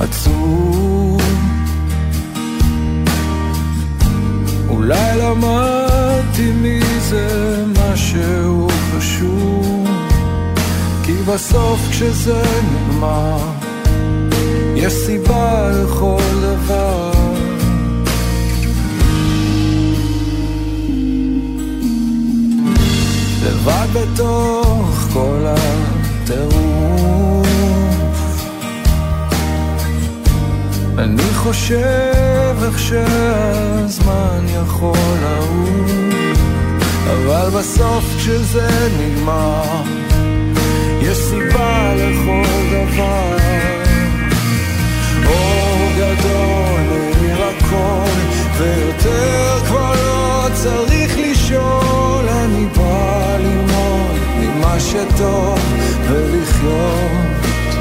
עצוב. אולי למדתי מזה משהו חשוב, כי בסוף כשזה נגמר יש סיבה לכל דבר. לבד בתוך כל הטירוף, אני חושב איך שהזמן יכול לעוף, אבל בסוף כשזה נגמר יש סיבה לכל דבר. אור גדול מאיר הכל, ויותר כבר לא צריך לשאול. אני בא ללמוד ממה שטוב ולחיות,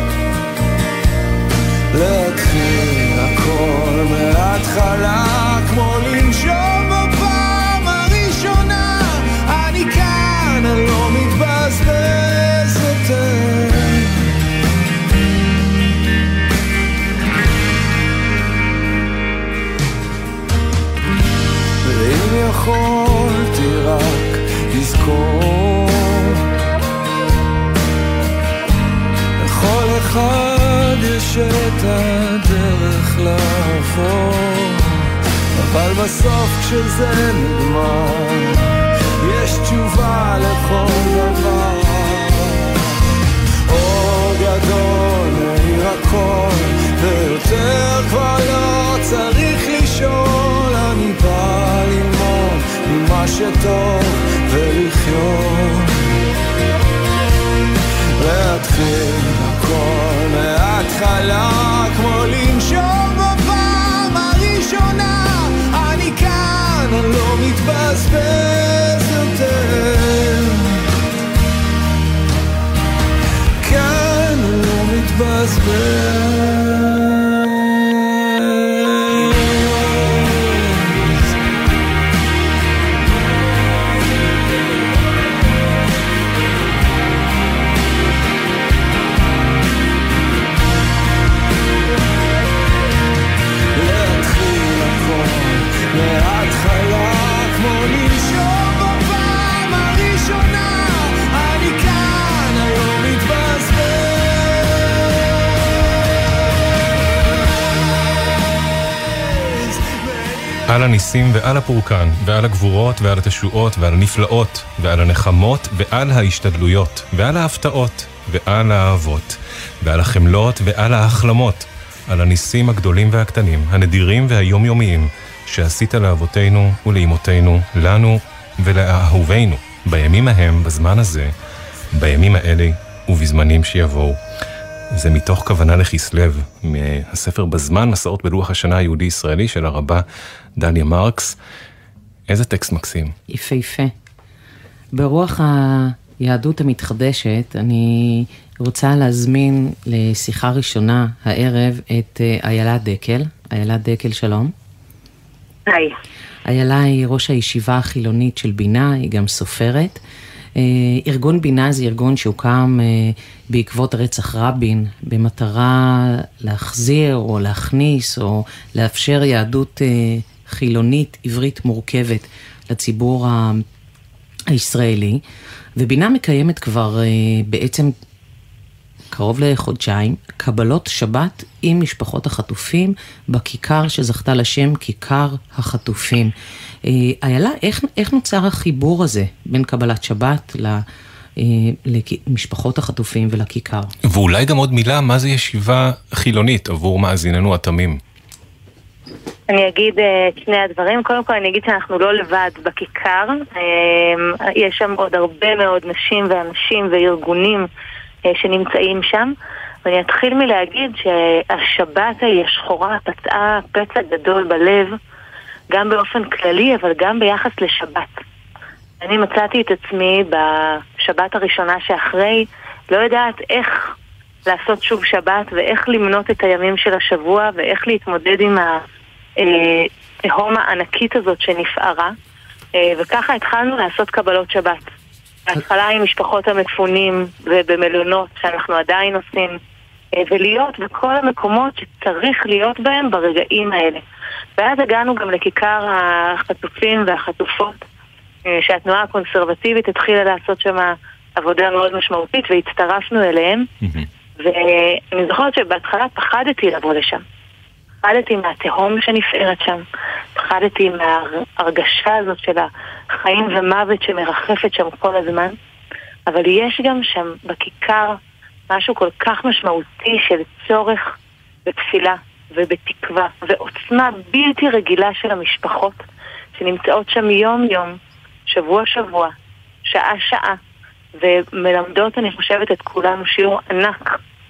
להתחיל הכל מההתחלה, כמו לנשום בפעם הראשונה. אני כאן, אני לא מתבזבז יותר. ואם יכולתי רק לזכור, לכל אחד יש את הדרך לעבור, אבל בסוף כשזה נגמר יש תשובה לכל דבר. אור גדול מאיר הכל, ויותר כבר לא צריך לשאול. אני בא ללמוד ממה שטוב ולחיות, להתחיל הכל מההתחלה, כמו לנשום בפעם הראשונה. אני כאן, אני לא מתבזבז יותר. כאן אני לא מתבזבז. על הניסים ועל הפורקן, ועל הגבורות ועל התשועות ועל הנפלאות ועל הנחמות ועל ההשתדלויות ועל ההפתעות ועל האהבות ועל החמלות ועל ההחלמות, על הניסים הגדולים והקטנים, הנדירים והיומיומיים שעשית לאבותינו ולאמותינו, לנו ולאהובינו, בימים ההם, בזמן הזה, בימים האלה ובזמנים שיבואו. זה מתוך כוונה לכסלב, מהספר בזמן, מסעות בלוח השנה היהודי-ישראלי של הרבה דליה מרקס. איזה טקסט מקסים. יפהפה. ברוח היהדות המתחדשת, אני רוצה להזמין לשיחה ראשונה הערב את איילה דקל. איילה דקל, שלום. היי. איילה היא ראש הישיבה החילונית של בינה, היא גם סופרת. ארגון בינה זה ארגון שהוקם בעקבות רצח רבין, במטרה להחזיר או להכניס או לאפשר יהדות חילונית עברית מורכבת לציבור הישראלי. ובינה מקיימת כבר בעצם קרוב לחודשיים קבלות שבת עם משפחות החטופים בכיכר שזכתה לשם כיכר החטופים. איילה, איך נוצר החיבור הזה בין קבלת שבת למשפחות החטופים ולכיכר? ואולי גם עוד מילה, מה זה ישיבה חילונית עבור מאזיננו התמים? אני אגיד את שני הדברים. קודם כל אני אגיד שאנחנו לא לבד בכיכר, יש שם עוד הרבה מאוד נשים ואנשים וארגונים שנמצאים שם, ואני אתחיל מלהגיד שהשבת היא השחורה פצעה פצע גדול בלב, גם באופן כללי אבל גם ביחס לשבת. אני מצאתי את עצמי בשבת הראשונה שאחרי, לא יודעת איך לעשות שוב שבת ואיך למנות את הימים של השבוע ואיך להתמודד עם התהום הענקית הזאת שנפערה, וככה התחלנו לעשות קבלות שבת. בהתחלה עם משפחות המפונים ובמלונות שאנחנו עדיין עושים, ולהיות בכל המקומות שצריך להיות בהם ברגעים האלה. ואז הגענו גם לכיכר החטופים והחטופות, שהתנועה הקונסרבטיבית התחילה לעשות שם עבודה מאוד משמעותית, והצטרפנו אליהם. ואני זוכרת שבהתחלה פחדתי לבוא לשם. פחדתי מהתהום שנפערת שם. פחדתי מההרגשה הזאת של החיים ומוות שמרחפת שם כל הזמן. אבל יש גם שם בכיכר משהו כל כך משמעותי של צורך בתפילה ובתקווה ועוצמה בלתי רגילה של המשפחות שנמצאות שם יום יום, שבוע שבוע, שעה שעה, ומלמדות, אני חושבת, את כולנו שיעור ענק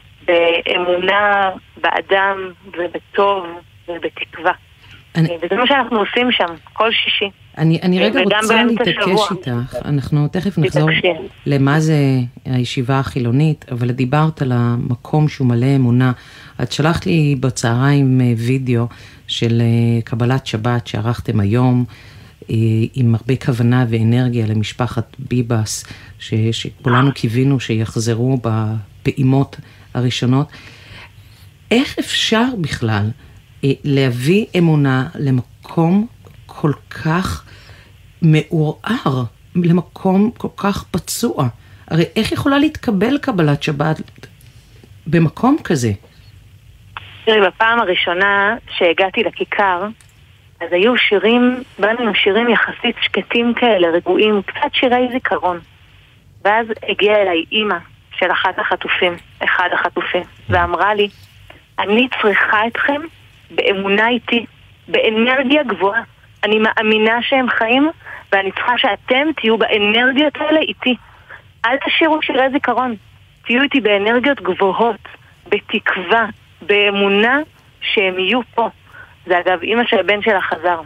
באמונה באדם ובטוב ובתקווה. וזה מה שאנחנו עושים שם כל שישי. אני רגע רוצה להתעקש איתך, אנחנו תכף נחזור למה זה הישיבה החילונית, אבל דיברת על המקום שהוא מלא אמונה. את שלחת לי בצהריים וידאו של קבלת שבת שערכתם היום, עם הרבה כוונה ואנרגיה למשפחת ביבס, שכולנו קיווינו שיחזרו בפעימות הראשונות. איך אפשר בכלל להביא אמונה למקום כל כך מעורער, למקום כל כך פצוע? הרי איך יכולה להתקבל קבלת שבת במקום כזה? תראי, בפעם הראשונה שהגעתי לכיכר, אז היו שירים, באנו שירים יחסית שקטים כאלה, רגועים, קצת שירי זיכרון. ואז הגיעה אליי אימא של אחד החטופים, ואמרה לי, אני צריכה אתכם באמונה איתי, באנרגיה גבוהה. אני מאמינה שהם חיים, ואני צריכה שאתם תהיו באנרגיות האלה איתי. אל תשאירו שירי זיכרון, תהיו איתי באנרגיות גבוהות, בתקווה, באמונה שהם יהיו פה. זה אגב אמא של הבן שלה חזר.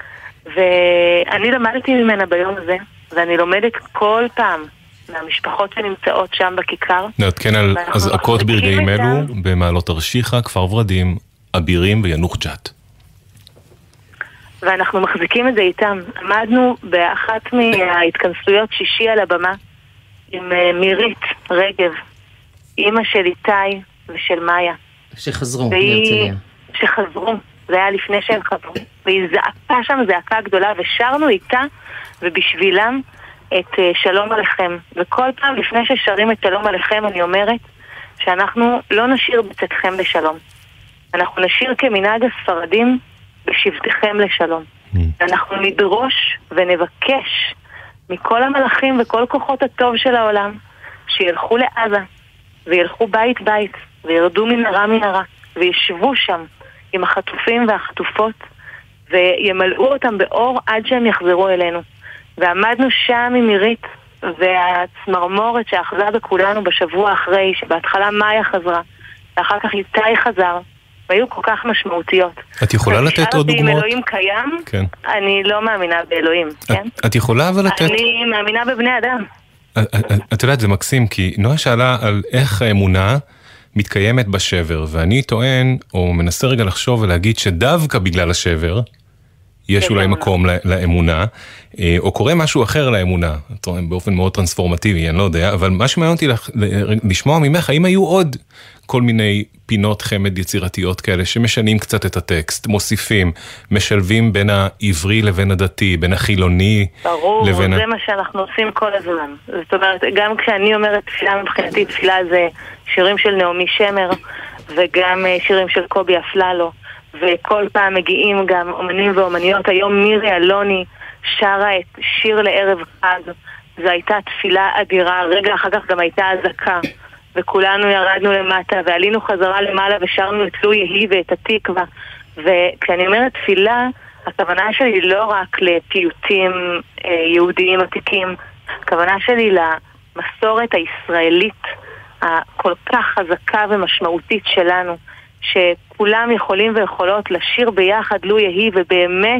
ואני למדתי ממנה ביום הזה, ואני לומדת כל פעם מהמשפחות שנמצאות שם בכיכר. נעדכן על אזעקות ברגעים אלו במעלות תרשיחא, כפר ורדים, אבירים וינוח ג'ת. ואנחנו מחזיקים את זה איתם. עמדנו באחת מההתכנסויות שישי על הבמה עם מירית רגב, אמא של איתי ושל מאיה. שחזרו מהרצליה. שחזרו. זה היה לפני שהם חזרו. והיא זעקה שם זעקה גדולה, ושרנו איתה ובשבילם את שלום עליכם. וכל פעם לפני ששרים את שלום עליכם אני אומרת שאנחנו לא נשאיר בצאתכם לשלום. אנחנו נשאיר כמנהג הספרדים בשבתכם לשלום. אנחנו נדרוש ונבקש מכל המלאכים וכל כוחות הטוב של העולם שילכו לעזה וילכו בית בית וירדו מנהרה וישבו שם עם החטופים והחטופות וימלאו אותם באור עד שהם יחזרו אלינו. ועמדנו שם עם מירית והצמרמורת שאחזה בכולנו בשבוע אחרי, שבהתחלה מאיה חזרה ואחר כך איתי חזר, והיו כל כך משמעותיות. את יכולה לתת עוד דוגמאות? אם אלוהים קיים, כן. אני לא מאמינה באלוהים, כן? את יכולה אבל לתת... אני מאמינה בבני אדם. את יודעת, זה מקסים, כי נועה שאלה על איך האמונה מתקיימת בשבר, ואני טוען, או מנסה רגע לחשוב ולהגיד שדווקא בגלל השבר, יש אולי מקום לאמונה, או קורה משהו אחר לאמונה, באופן מאוד טרנספורמטיבי, אני לא יודע, אבל מה שמעניין אותי לשמוע ממך, האם היו עוד כל מיני פינות חמד יצירתיות כאלה, שמשנים קצת את הטקסט, מוסיפים, משלבים בין העברי לבין הדתי, בין החילוני ברור, לבין... זה מה שאנחנו עושים כל הזמן. זאת אומרת, גם כשאני אומרת תפילה מבחינתי, תפילה זה שירים של נעמי שמר, וגם שירים של קובי אפללו, וכל פעם מגיעים גם אומנים ואומניות. היום מירי אלוני שרה את שיר לערב חג. זו הייתה תפילה אדירה. רגע אחר כך גם הייתה אזעקה, וכולנו ירדנו למטה ועלינו חזרה למעלה ושרנו את לו יהי ואת התקווה. וכשאני אומרת תפילה, הכוונה שלי לא רק לפיוטים יהודיים עתיקים, הכוונה שלי למסורת הישראלית הכל כך חזקה ומשמעותית שלנו, שכולם יכולים ויכולות לשיר ביחד לו יהי, ובאמת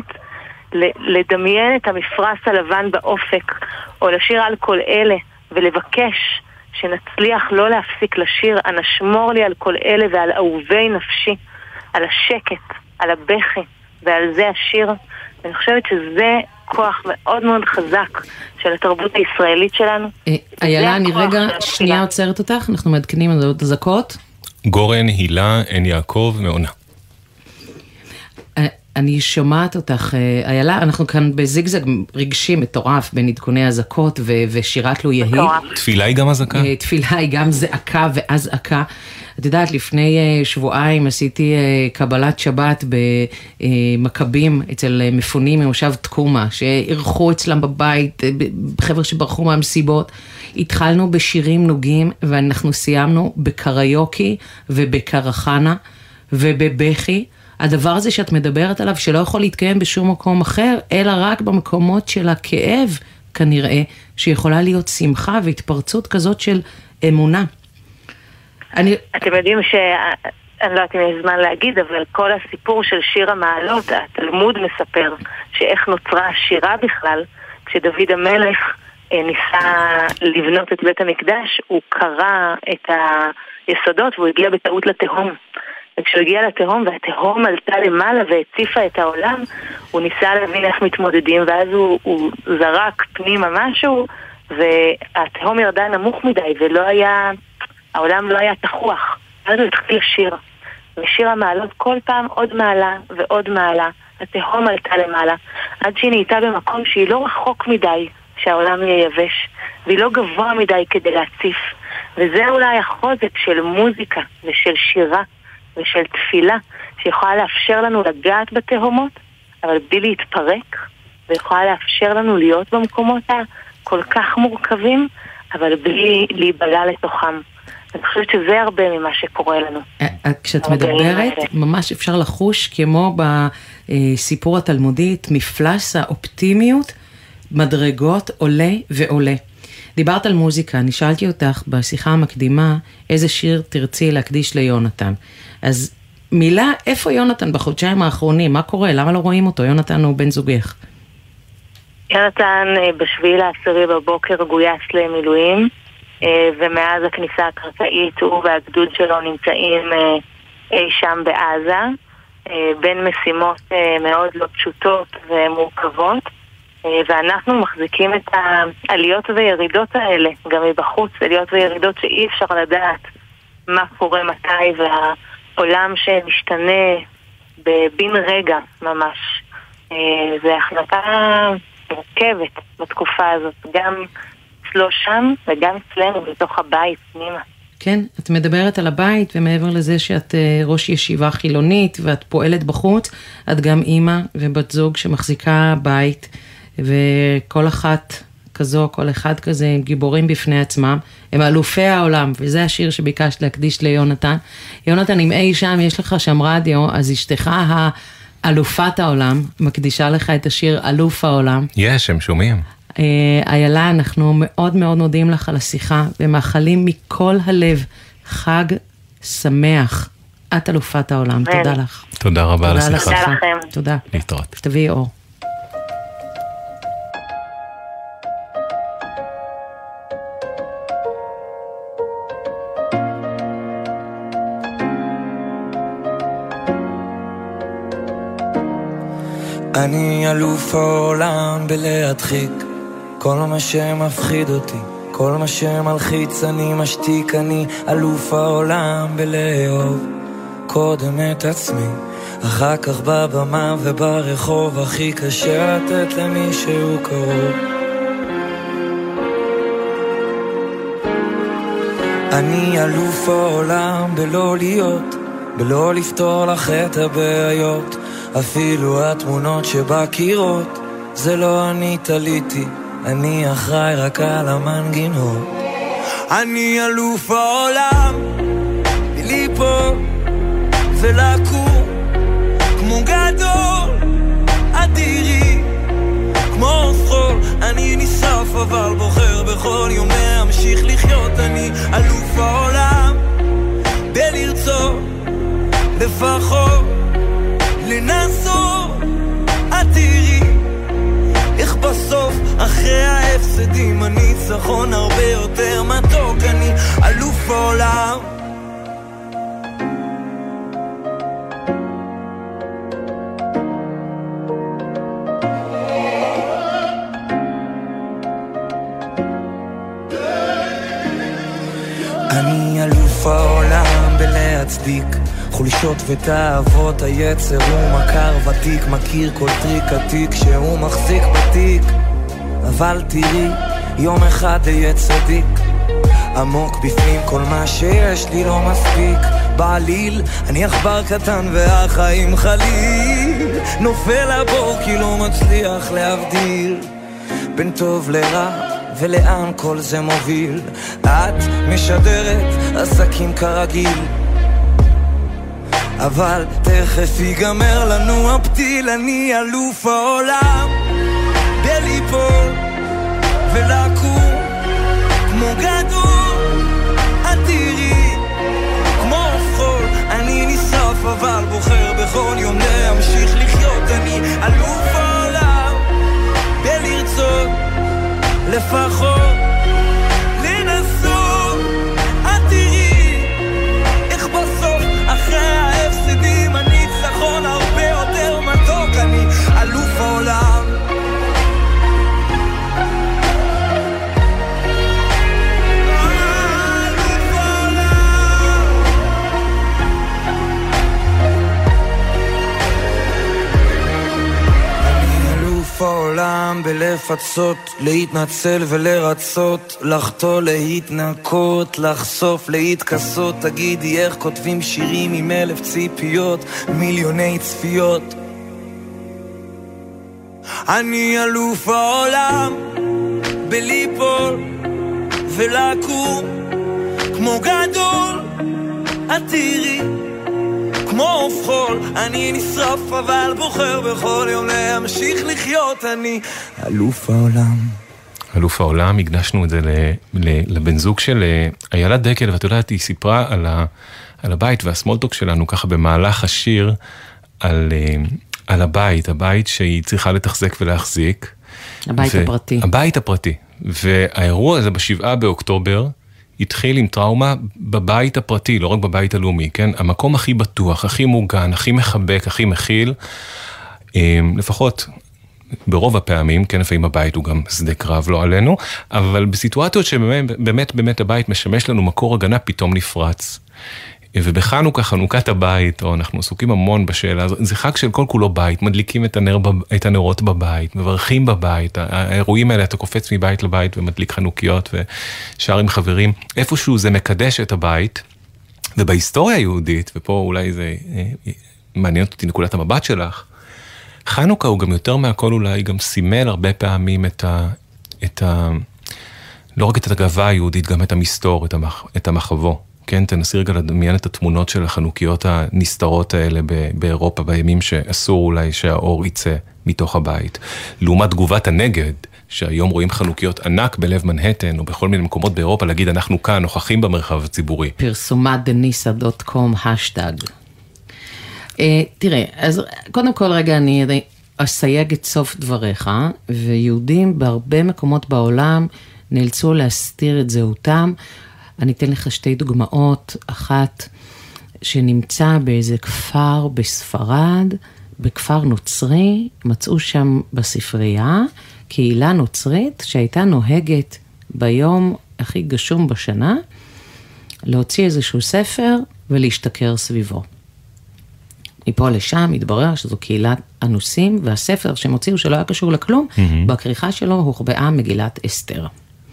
לדמיין את המפרש הלבן באופק, או לשיר על כל אלה ולבקש שנצליח לא להפסיק לשיר אנא שמור לי על כל אלה ועל אהובי נפשי, על השקט, על הבכי, ועל זה השיר. אני חושבת שזה כוח מאוד מאוד חזק של התרבות הישראלית שלנו. איילה, אני רגע שנייה עוצרת אותך, אנחנו מעדכנים על עוד אזעקות. גורן, הילה, עין יעקב, מעונה. אני שומעת אותך, איילה, אנחנו כאן בזיגזג רגשי מטורף בין עדכוני הזקות ושירת לו יהי. תפילה היא גם הזקה? תפילה היא גם זעקה והזעקה. את יודעת, לפני שבועיים עשיתי קבלת שבת במכבים אצל מפונים ממושב תקומה, שערכו אצלם בבית, חבר'ה שברחו מהמסיבות. התחלנו בשירים נוגים, ואנחנו סיימנו בקריוקי ובקרחנה ובבכי. הדבר הזה שאת מדברת עליו, שלא יכול להתקיים בשום מקום אחר, אלא רק במקומות של הכאב, כנראה, שיכולה להיות שמחה והתפרצות כזאת של אמונה. אתם יודעים אני לא יודעת אם יש זמן להגיד, אבל כל הסיפור של שיר המעלות, התלמוד מספר שאיך נוצרה השירה בכלל, כשדוד המלך ניסה לבנות את בית המקדש, הוא קרא את היסודות והוא הגיע בטעות לתהום. וכשהוא הגיע לתהום והתהום עלתה למעלה והציפה את העולם, הוא ניסה להבין איך מתמודדים, ואז הוא זרק פנימה משהו, והתהום ירדה נמוך מדי, העולם לא היה תחוח. אז הוא התחיל לשיר. ושיר המעלות כל פעם עוד מעלה ועוד מעלה. התהום עלתה למעלה. עד שהיא נהייתה במקום שהיא לא רחוק מדי שהעולם יהיה יבש. והיא לא גבוה מדי כדי להציף. וזה אולי החוזק של מוזיקה ושל שירה ושל תפילה, שיכולה לאפשר לנו לגעת בתהומות, אבל בלי להתפרק, ויכולה לאפשר לנו להיות במקומות הכל כך מורכבים, אבל בלי להיבלע לתוכם. אני חושבת שזה הרבה ממה שקורה לנו. כשאת מדברת, ממש אפשר לחוש כמו בסיפור התלמודי, את מפלס האופטימיות, מדרגות עולה ועולה. דיברת על מוזיקה, אני שאלתי אותך בשיחה המקדימה, איזה שיר תרצי להקדיש ליונתן. אז מילה, איפה יונתן בחודשיים האחרונים? מה קורה? למה לא רואים אותו? יונתן הוא בן זוגך. יונתן ב7/10 בבוקר גויס למילואים, ומאז הכניסה הקרקעית הוא והגדוד שלו נמצאים אי שם בעזה, בין משימות מאוד לא פשוטות ומורכבות, ואנחנו מחזיקים את העליות וירידות האלה, גם מבחוץ, עליות וירידות שאי אפשר לדעת מה קורה מתי, והעולם שמשתנה בבין רגע ממש. זה החלטה מורכבת בתקופה הזאת, גם אצלו שם וגם אצלנו בתוך הבית פנימה. כן, את מדברת על הבית, ומעבר לזה שאת ראש ישיבה חילונית ואת פועלת בחוץ, את גם אימא ובת זוג שמחזיקה בית, וכל אחת כזו, כל אחד כזה, הם גיבורים בפני עצמם, הם אלופי העולם, וזה השיר שביקשת להקדיש ליונתן. יונתן, אם אי שם יש לך שם רדיו, אז אשתך אלופת העולם, מקדישה לך את השיר אלוף העולם. יש, הם שומעים. איילה, אנחנו מאוד מאוד מודים לך על השיחה, ומאחלים מכל הלב חג שמח. את אלופת העולם, תודה לך. תודה רבה על השיחה. תודה לכם. תודה. להתראות. תביאי אור. אני אלוף העולם בלהדחיק כל מה שמפחיד אותי, כל מה שמלחיץ אני משתיק. אני אלוף העולם בלאהוב קודם את עצמי, אחר כך בבמה וברחוב הכי קשה לתת למישהו קרוב. אני אלוף העולם בלא להיות, בלא לפתור לך את הבעיות, אפילו התמונות שבקירות זה לא אני תליתי, אני אחראי רק על המנגינות. אני אלוף העולם מליפול ולקום כמו גדול אדירי, כמו חול אני נשרף אבל בוחר בכל יום להמשיך לחיות. אני אלוף העולם בלרצות לפחות לנסות, את תראי איך בסוף אחרי ההפסדים הניצחון הרבה יותר מתוק. אני אלוף העולם. אני אלוף העולם בלהצדיק חולשות ותאוות היצר, הוא מכר ותיק, מכיר כל טריק עתיק שהוא מחזיק בתיק. אבל תראי, יום אחד יהיה צדיק, עמוק בפנים כל מה שיש לי לא מספיק. בעליל, אני עכבר קטן והחיים חליל, נופל הבור כי לא מצליח להבדיל בין טוב לרע ולאן כל זה מוביל. את משדרת עסקים כרגיל, אבל תכף ייגמר לנו הפתיל. אני אלוף העולם בליפול ולקום כמו גדול, את תראי כמו חול. אני נשרף אבל בוחר בכל יום להמשיך לחיות. אני אלוף העולם בלרצות לפחות לנסות. את תראי איך בסוף אחרי ההפסדים הניצחון הרבה יותר מתוק. אני אלוף העולם. העולם בלפצות, להתנצל ולרצות, לחתול להתנקות, לחשוף להתכסות. תגידי איך כותבים שירים עם 1000 ציפיות, מיליוני צפיות. אני אלוף העולם בליפול ולקום כמו גדול, את תראי כמו אופחול. אני נשרף אבל בוחר בכל יום להמשיך לחיות. אני אלוף העולם. אלוף העולם, הקדשנו את זה לבן זוג של איילה דקל, ואת יודעת, היא סיפרה על הבית והסמולטוק שלנו ככה במהלך השיר על הבית שהיא צריכה לתחזק ולהחזיק. הבית הפרטי. הבית הפרטי. והאירוע הזה ב7 באוקטובר, התחיל עם טראומה בבית הפרטי, לא רק בבית הלאומי, כן? המקום הכי בטוח, הכי מוגן, הכי מחבק, הכי מכיל, לפחות ברוב הפעמים, כן, לפעמים הבית הוא גם שדה קרב, לא עלינו, אבל בסיטואציות שבאמת הבית משמש לנו מקור הגנה, פתאום נפרץ. ובחנוכה, חנוכת הבית, או אנחנו עסוקים המון בשאלה הזאת, זה חג של כל כולו בית, מדליקים את הנרות בבית, מברכים בבית, האירועים האלה, אתה קופץ מבית לבית ומדליק חנוכיות ושר עם חברים, איפשהו זה מקדש את הבית, ובהיסטוריה היהודית, ופה אולי זה מעניין אותי נקודת המבט שלך, חנוכה הוא גם יותר מהכל אולי, גם סימל הרבה פעמים לא רק את הגאווה היהודית, גם את המסתור, את המחבו. כן, תנסי רגע לדמיין את התמונות של החנוכיות הנסתרות האלה באירופה, בימים שאסור אולי שהאור יצא מתוך הבית. לעומת תגובת הנגד, שהיום רואים חנוכיות ענק בלב מנהטן, או בכל מיני מקומות באירופה, להגיד אנחנו כאן, נוכחים במרחב הציבורי. פרסומת דניסה.com, השטג. תראה, אז קודם כל רגע אני אסייג את סוף דבריך, ויהודים בהרבה מקומות בעולם נאלצו להסתיר את זהותם. אני אתן לך 2 דוגמאות, אחת שנמצא באיזה כפר בספרד, בכפר נוצרי, מצאו שם בספרייה, קהילה נוצרית שהייתה נוהגת ביום הכי גשום בשנה, להוציא איזשהו ספר ולהשתכר סביבו. מפה לשם התברר שזו קהילת אנוסים, והספר שהם הוציאו שלא היה קשור לכלום, בכריכה שלו הוחבאה מגילת אסתר.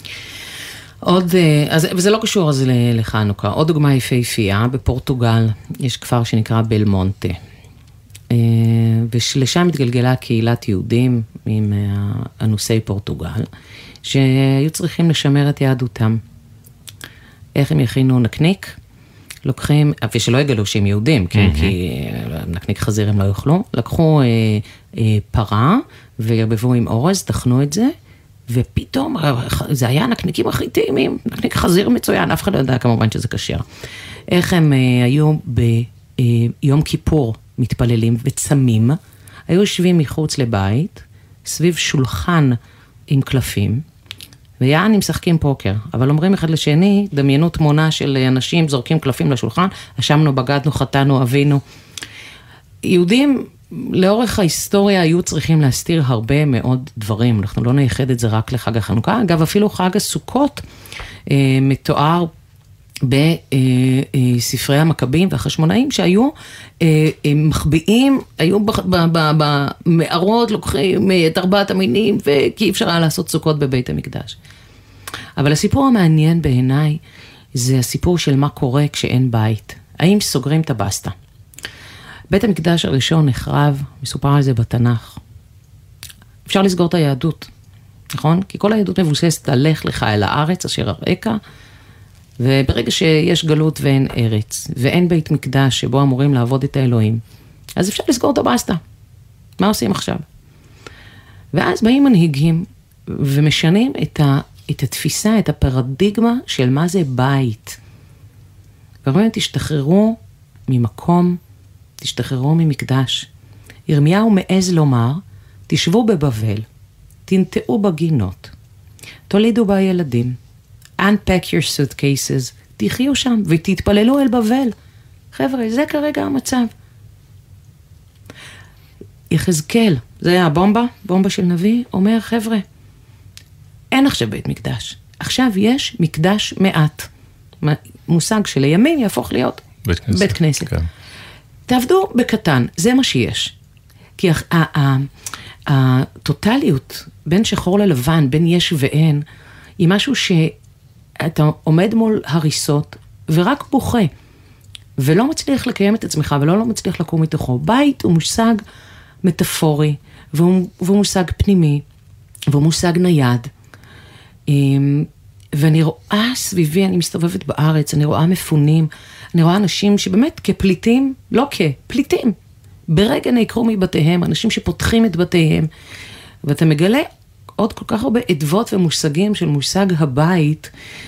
וזה לא קשור אז לחנוכה. עוד דוגמה יפהפייה, בפורטוגל יש כפר שנקרא בלמונטה. ולשם התגלגלה קהילת יהודים עם אנוסי פורטוגל, שהיו צריכים לשמר את יהדותם. איך הם יכינו נקניק? לוקחים, ושלא יגלו שהם יהודים, כן? כי נקניק חזיר הם לא יאכלו. לקחו פרה וירבבו עם אורז, תכנו את זה, ופתאום זה היה נקניקים הכי טעימים, נקניק חזיר מצוין, אף אחד לא יודע כמובן שזה כשר. איך הם היו ביום כיפור מתפללים וצמים, היו יושבים מחוץ לבית, סביב שולחן עם קלפים, ויעני משחקים פוקר, אבל אומרים אחד לשני, דמיינו תמונה של אנשים זורקים קלפים לשולחן, אשמנו, בגדנו, חטאנו, אבינו. יהודים לאורך ההיסטוריה היו צריכים להסתיר הרבה מאוד דברים, אנחנו לא נייחד את זה רק לחג החנוכה, אגב אפילו חג הסוכות מתואר בספרי המכבים והחשמונאים שהיו מחביאים, היו במערות, לוקחים את 4 המינים, כי אפשר היה לעשות סוכות בבית המקדש. אבל הסיפור המעניין בעיניי, זה הסיפור של מה קורה כשאין בית. האם סוגרים את הבסטה? בית המקדש הראשון נחרב, מסופר על זה בתנ"ך. אפשר לסגור את היהדות, נכון? כי כל היהדות מבוססת על לך לך אל הארץ אשר אראך, וברגע שיש גלות ואין ארץ, ואין בית מקדש שבו אמורים לעבוד את האלוהים, אז אפשר לסגור את הבסטה. מה עושים עכשיו? ואז באים מנהיגים ומשנים את התפיסה, את הפרדיגמה של מה זה בית. ואומרים, תשתחררו ממקום, תשתחררו ממקדש. ירמיהו מעז לומר, תשבו בבבל, תנטעו בגינות, תולידו בה ילדים, unpack your suitcases, תחיו שם ותתפללו אל בבל. חבר'ה, זה כרגע המצב. יחזקאל, זה הבומבה, בומבה של נביא, אומר, חבר'ה, אין עכשיו בית מקדש. עכשיו יש מקדש מעט. מושג שלימים יהפוך להיות בית כנסת. כן. תעבדו בקטן, זה מה שיש. כי הטוטליות בין שחור ללבן, בין יש ואין, היא משהו שאתה עומד מול הריסות ורק בוכה, ולא מצליח לקיים את עצמך, ולא מצליח לקום מתוכו. בית הוא מושג מטאפורי, והוא מושג פנימי, והוא מושג נייד. ואני רואה סביבי, אני מסתובבת בארץ, אני רואה מפונים, אני רואה אנשים שבאמת כפליטים, לא כפליטים, ברגע נעקרו מבתיהם, אנשים שפותחים את בתיהם, ואתה מגלה עוד כל כך הרבה עדבות ומושגים של מושג הבית,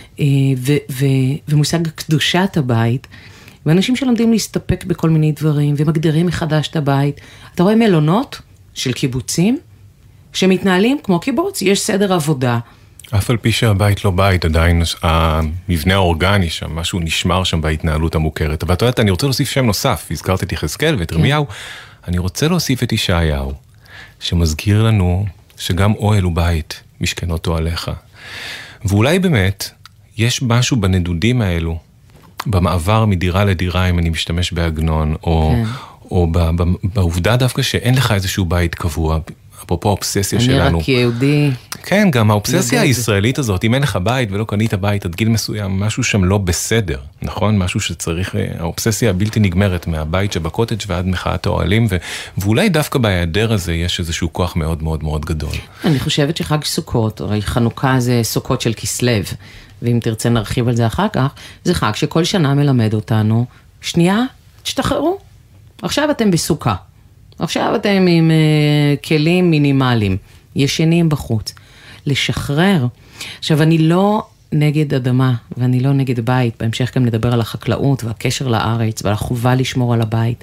ומושג קדושת הבית, ואנשים שלומדים להסתפק בכל מיני דברים, ומגדירים מחדש את הבית. אתה רואה מלונות של קיבוצים, שמתנהלים כמו קיבוץ, יש סדר עבודה. אף על פי שהבית לא בית, עדיין המבנה האורגני שם, משהו נשמר שם בהתנהלות המוכרת. אבל אתה יודעת, אני רוצה להוסיף שם נוסף, הזכרת את יחזקאל ואת ירמיהו, אני רוצה להוסיף את ישעיהו, שמזכיר לנו שגם אוהל הוא בית, משכנות אוהליך. ואולי באמת, יש משהו בנדודים האלו, במעבר מדירה לדירה, אם אני משתמש בעגנון, או בעובדה דווקא שאין לך איזשהו בית קבוע, אפרופו האובססיה שלנו. אני רק יהודי. כן, גם האובססיה הישראלית הזאת, אם אין לך בית ולא קנית בית עד גיל מסוים, משהו שם לא בסדר, נכון? משהו שצריך, האובססיה הבלתי נגמרת מהבית שבקוטג' ועד מחאת האוהלים, ואולי דווקא בהיעדר הזה יש איזשהו כוח מאוד מאוד מאוד גדול. אני חושבת שחג סוכות, הרי חנוכה זה סוכות של כסלב, ואם תרצה נרחיב על זה אחר כך, זה חג שכל שנה מלמד אותנו, שנייה, תשתחררו, עכשיו אתם בסוכה. עכשיו אתם עם כלים מינימליים, ישנים בחוץ. לשחרר. עכשיו, אני לא נגד אדמה, ואני לא נגד בית. בהמשך גם נדבר על החקלאות והקשר לארץ, ועל החובה לשמור על הבית.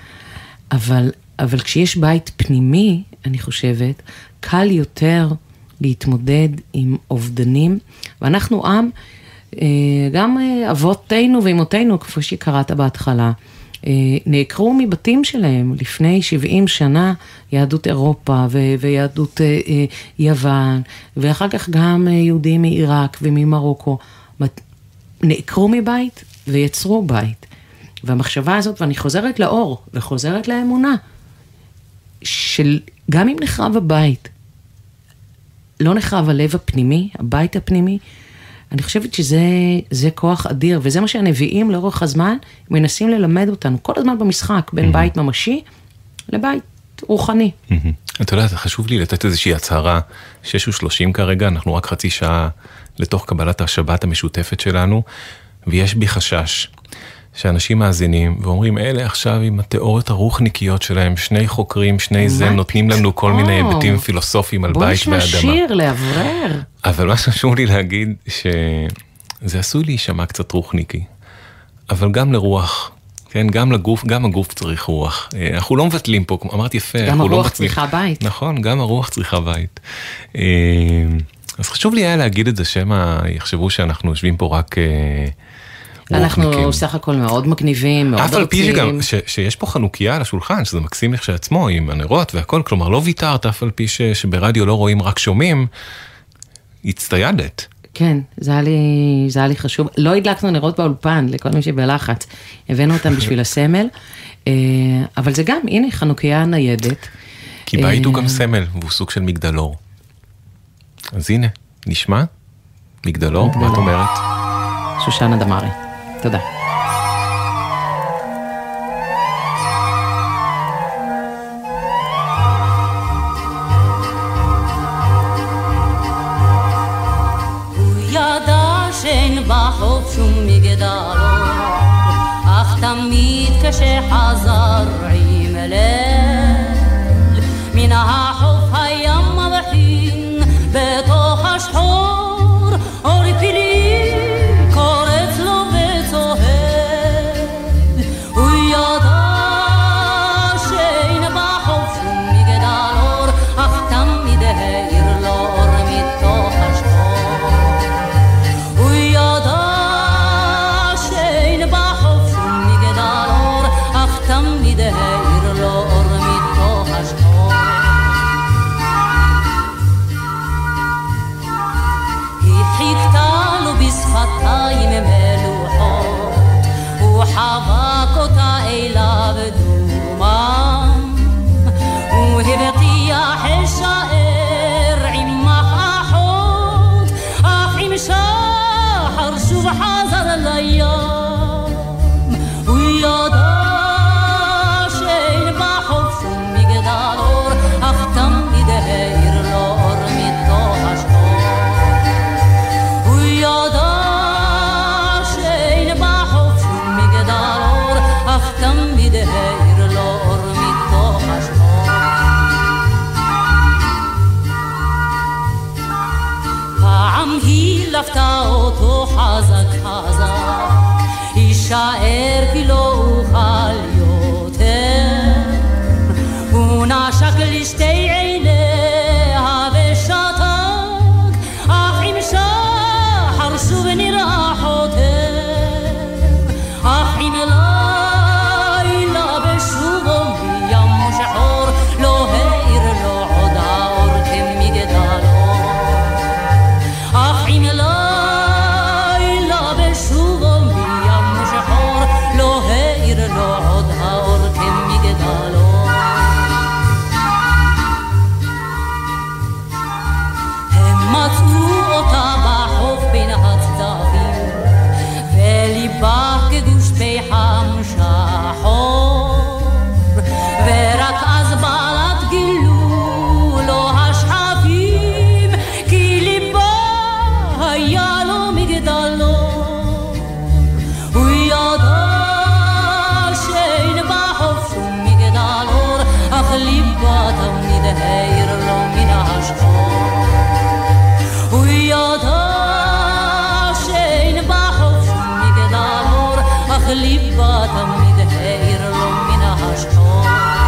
אבל כשיש בית פנימי, אני חושבת, קל יותר להתמודד עם אובדנים. ואנחנו עם, גם אבותינו ואמותינו, כפי שקראת בהתחלה, נעקרו מבתים שלהם לפני 70 שנה, יהדות אירופה ויהדות יוון, ואחר כך גם יהודים מעיראק וממרוקו, נעקרו מבית ויצרו בית. והמחשבה הזאת, ואני חוזרת לאור וחוזרת לאמונה, של גם אם נחרב הבית, לא נחרב הלב הפנימי, הבית הפנימי, אני חושבת שזה כוח אדיר, וזה מה שהנביאים לאורך הזמן מנסים ללמד אותנו, כל הזמן במשחק, בין בית ממשי לבית רוחני. אתה יודע, חשוב לי לתת איזושהי הצהרה, 6:30 כרגע, אנחנו רק חצי שעה לתוך קבלת השבת המשותפת שלנו, ויש בי חשש שאנשים מאזינים ואומרים, אלה עכשיו עם התיאוריות הרוחניקיות שלהם, שני חוקרים, שני זה, נותנים לנו כל מיני היבטים פילוסופיים על בית ואדמה. בוא נשמע שיר, לעברר. אבל מה שחשוב לי להגיד, שזה עשוי להישמע קצת רוחניקי, אבל גם לרוח, כן, גם לגוף, גם הגוף צריך רוח. אנחנו לא מבטלים פה, אמרת יפה. גם הרוח צריכה בית. נכון, גם הרוח צריכה בית. אז חשוב לי היה להגיד את זה, שמה יחשבו שאנחנו יושבים פה רק אנחנו סך הכל מאוד מגניבים, מאוד רוצים. אף על פי שגם, שיש פה חנוכיה על השולחן, שזה מקסים לכשעצמו, עם הנרות והכל, כלומר לא ויתרת, אף על פי שברדיו לא רואים רק שומעים, הצטיידת. כן, זה היה לי חשוב. לא הדלקנו נרות באולפן לכל מי שבלחץ. הבאנו אותם בשביל הסמל, אבל זה גם, הנה, חנוכיה ניידת. כי בית הוא גם סמל, והוא סוג של מגדלור. אז הנה, נשמע? מגדלור, מה את אומרת? שושנה דמארי. תודה. שאין בחוף שום מגדלור, אך תמיד כשחזר עם ליל, מן החוף הים מבחין בתוך השחור, אור פילים קורץ לו וצוהל, הוא ידע שאין בחוף שום מגדלור, אך תמיד העיר לו אור מתוך השחור. תמיד העיר לו אור מתוך השחור. היא חיכתה לו בשפתיים מלוחות, הוא חבק אותה אליו דומם, הוא הבטיח להישאר עמך אחות, אך עם שחר שוב חזר לים. הוא ידע אך תמיד העיר לו אור מתוך השחור. הוא ידע שאין בחוף שום מגדלור, אך תמיד העיר לו אור מתוך השחור. פעם היא לפתה אותו חזק חזק, יישאר כי לא אוכל יותר, הוא נשק לשתי עיניה ושתק, אך עם שחר שוב נראה חותר, אך עם לילה בשובו מים שחור, לא העיר לו עוד האור כמגדלור, אך עם לילה בשובו מים שחור, לא העיר לו עוד האור כמגדלור. מצאו אותה בחוף בין הצדפים, וליבה כגוש פחם שחור, ורק אז בעלת גילו לו השחפים, כי ליבה היה לו מגדלור. הוא ידע שאין בחוף שום מגדלור, אך ליבה תמיד העיר לו מן השחור. הוא ידע שאין בחוף שום מגדלור, אך ליבה תמיד העיר לו מן השחור.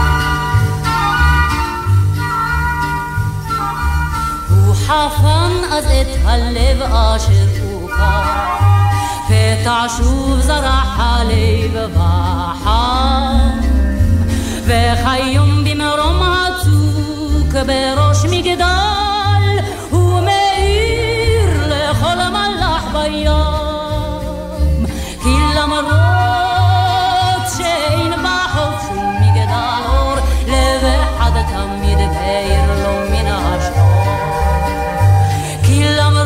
הוא חפן אז את הלב אשר הוקע, פתע שוב זרח הלב וחם, וכיום במרום הצוק בראש מגדל, הוא מאיר לכל מלאך בים, כי למרות שאין בחוף שום מגדלור, לב אחד תמיד העיר לו מן השחור. כי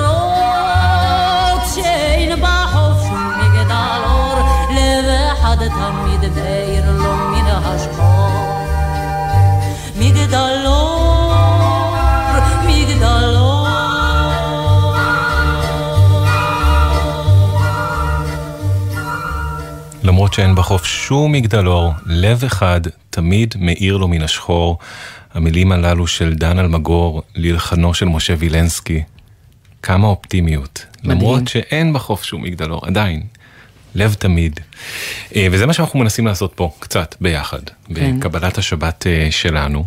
למרות שאין בחוף שום מגדלור, לב אחד תמיד העיר לו מן השחור. מגדלור, מגדלור, למרות שאין בחוף שום מגדלור, לב אחד תמיד מאיר לו מן השחור. המילים הללו של דן אלמגור ללחנו של משה וילנסקי. כמה אופטימיות. מדהים. למרות שאין בחוף שום מגדלור, עדיין. לב תמיד. וזה מה שאנחנו מנסים לעשות פה, קצת ביחד, כן. בקבלת השבת שלנו.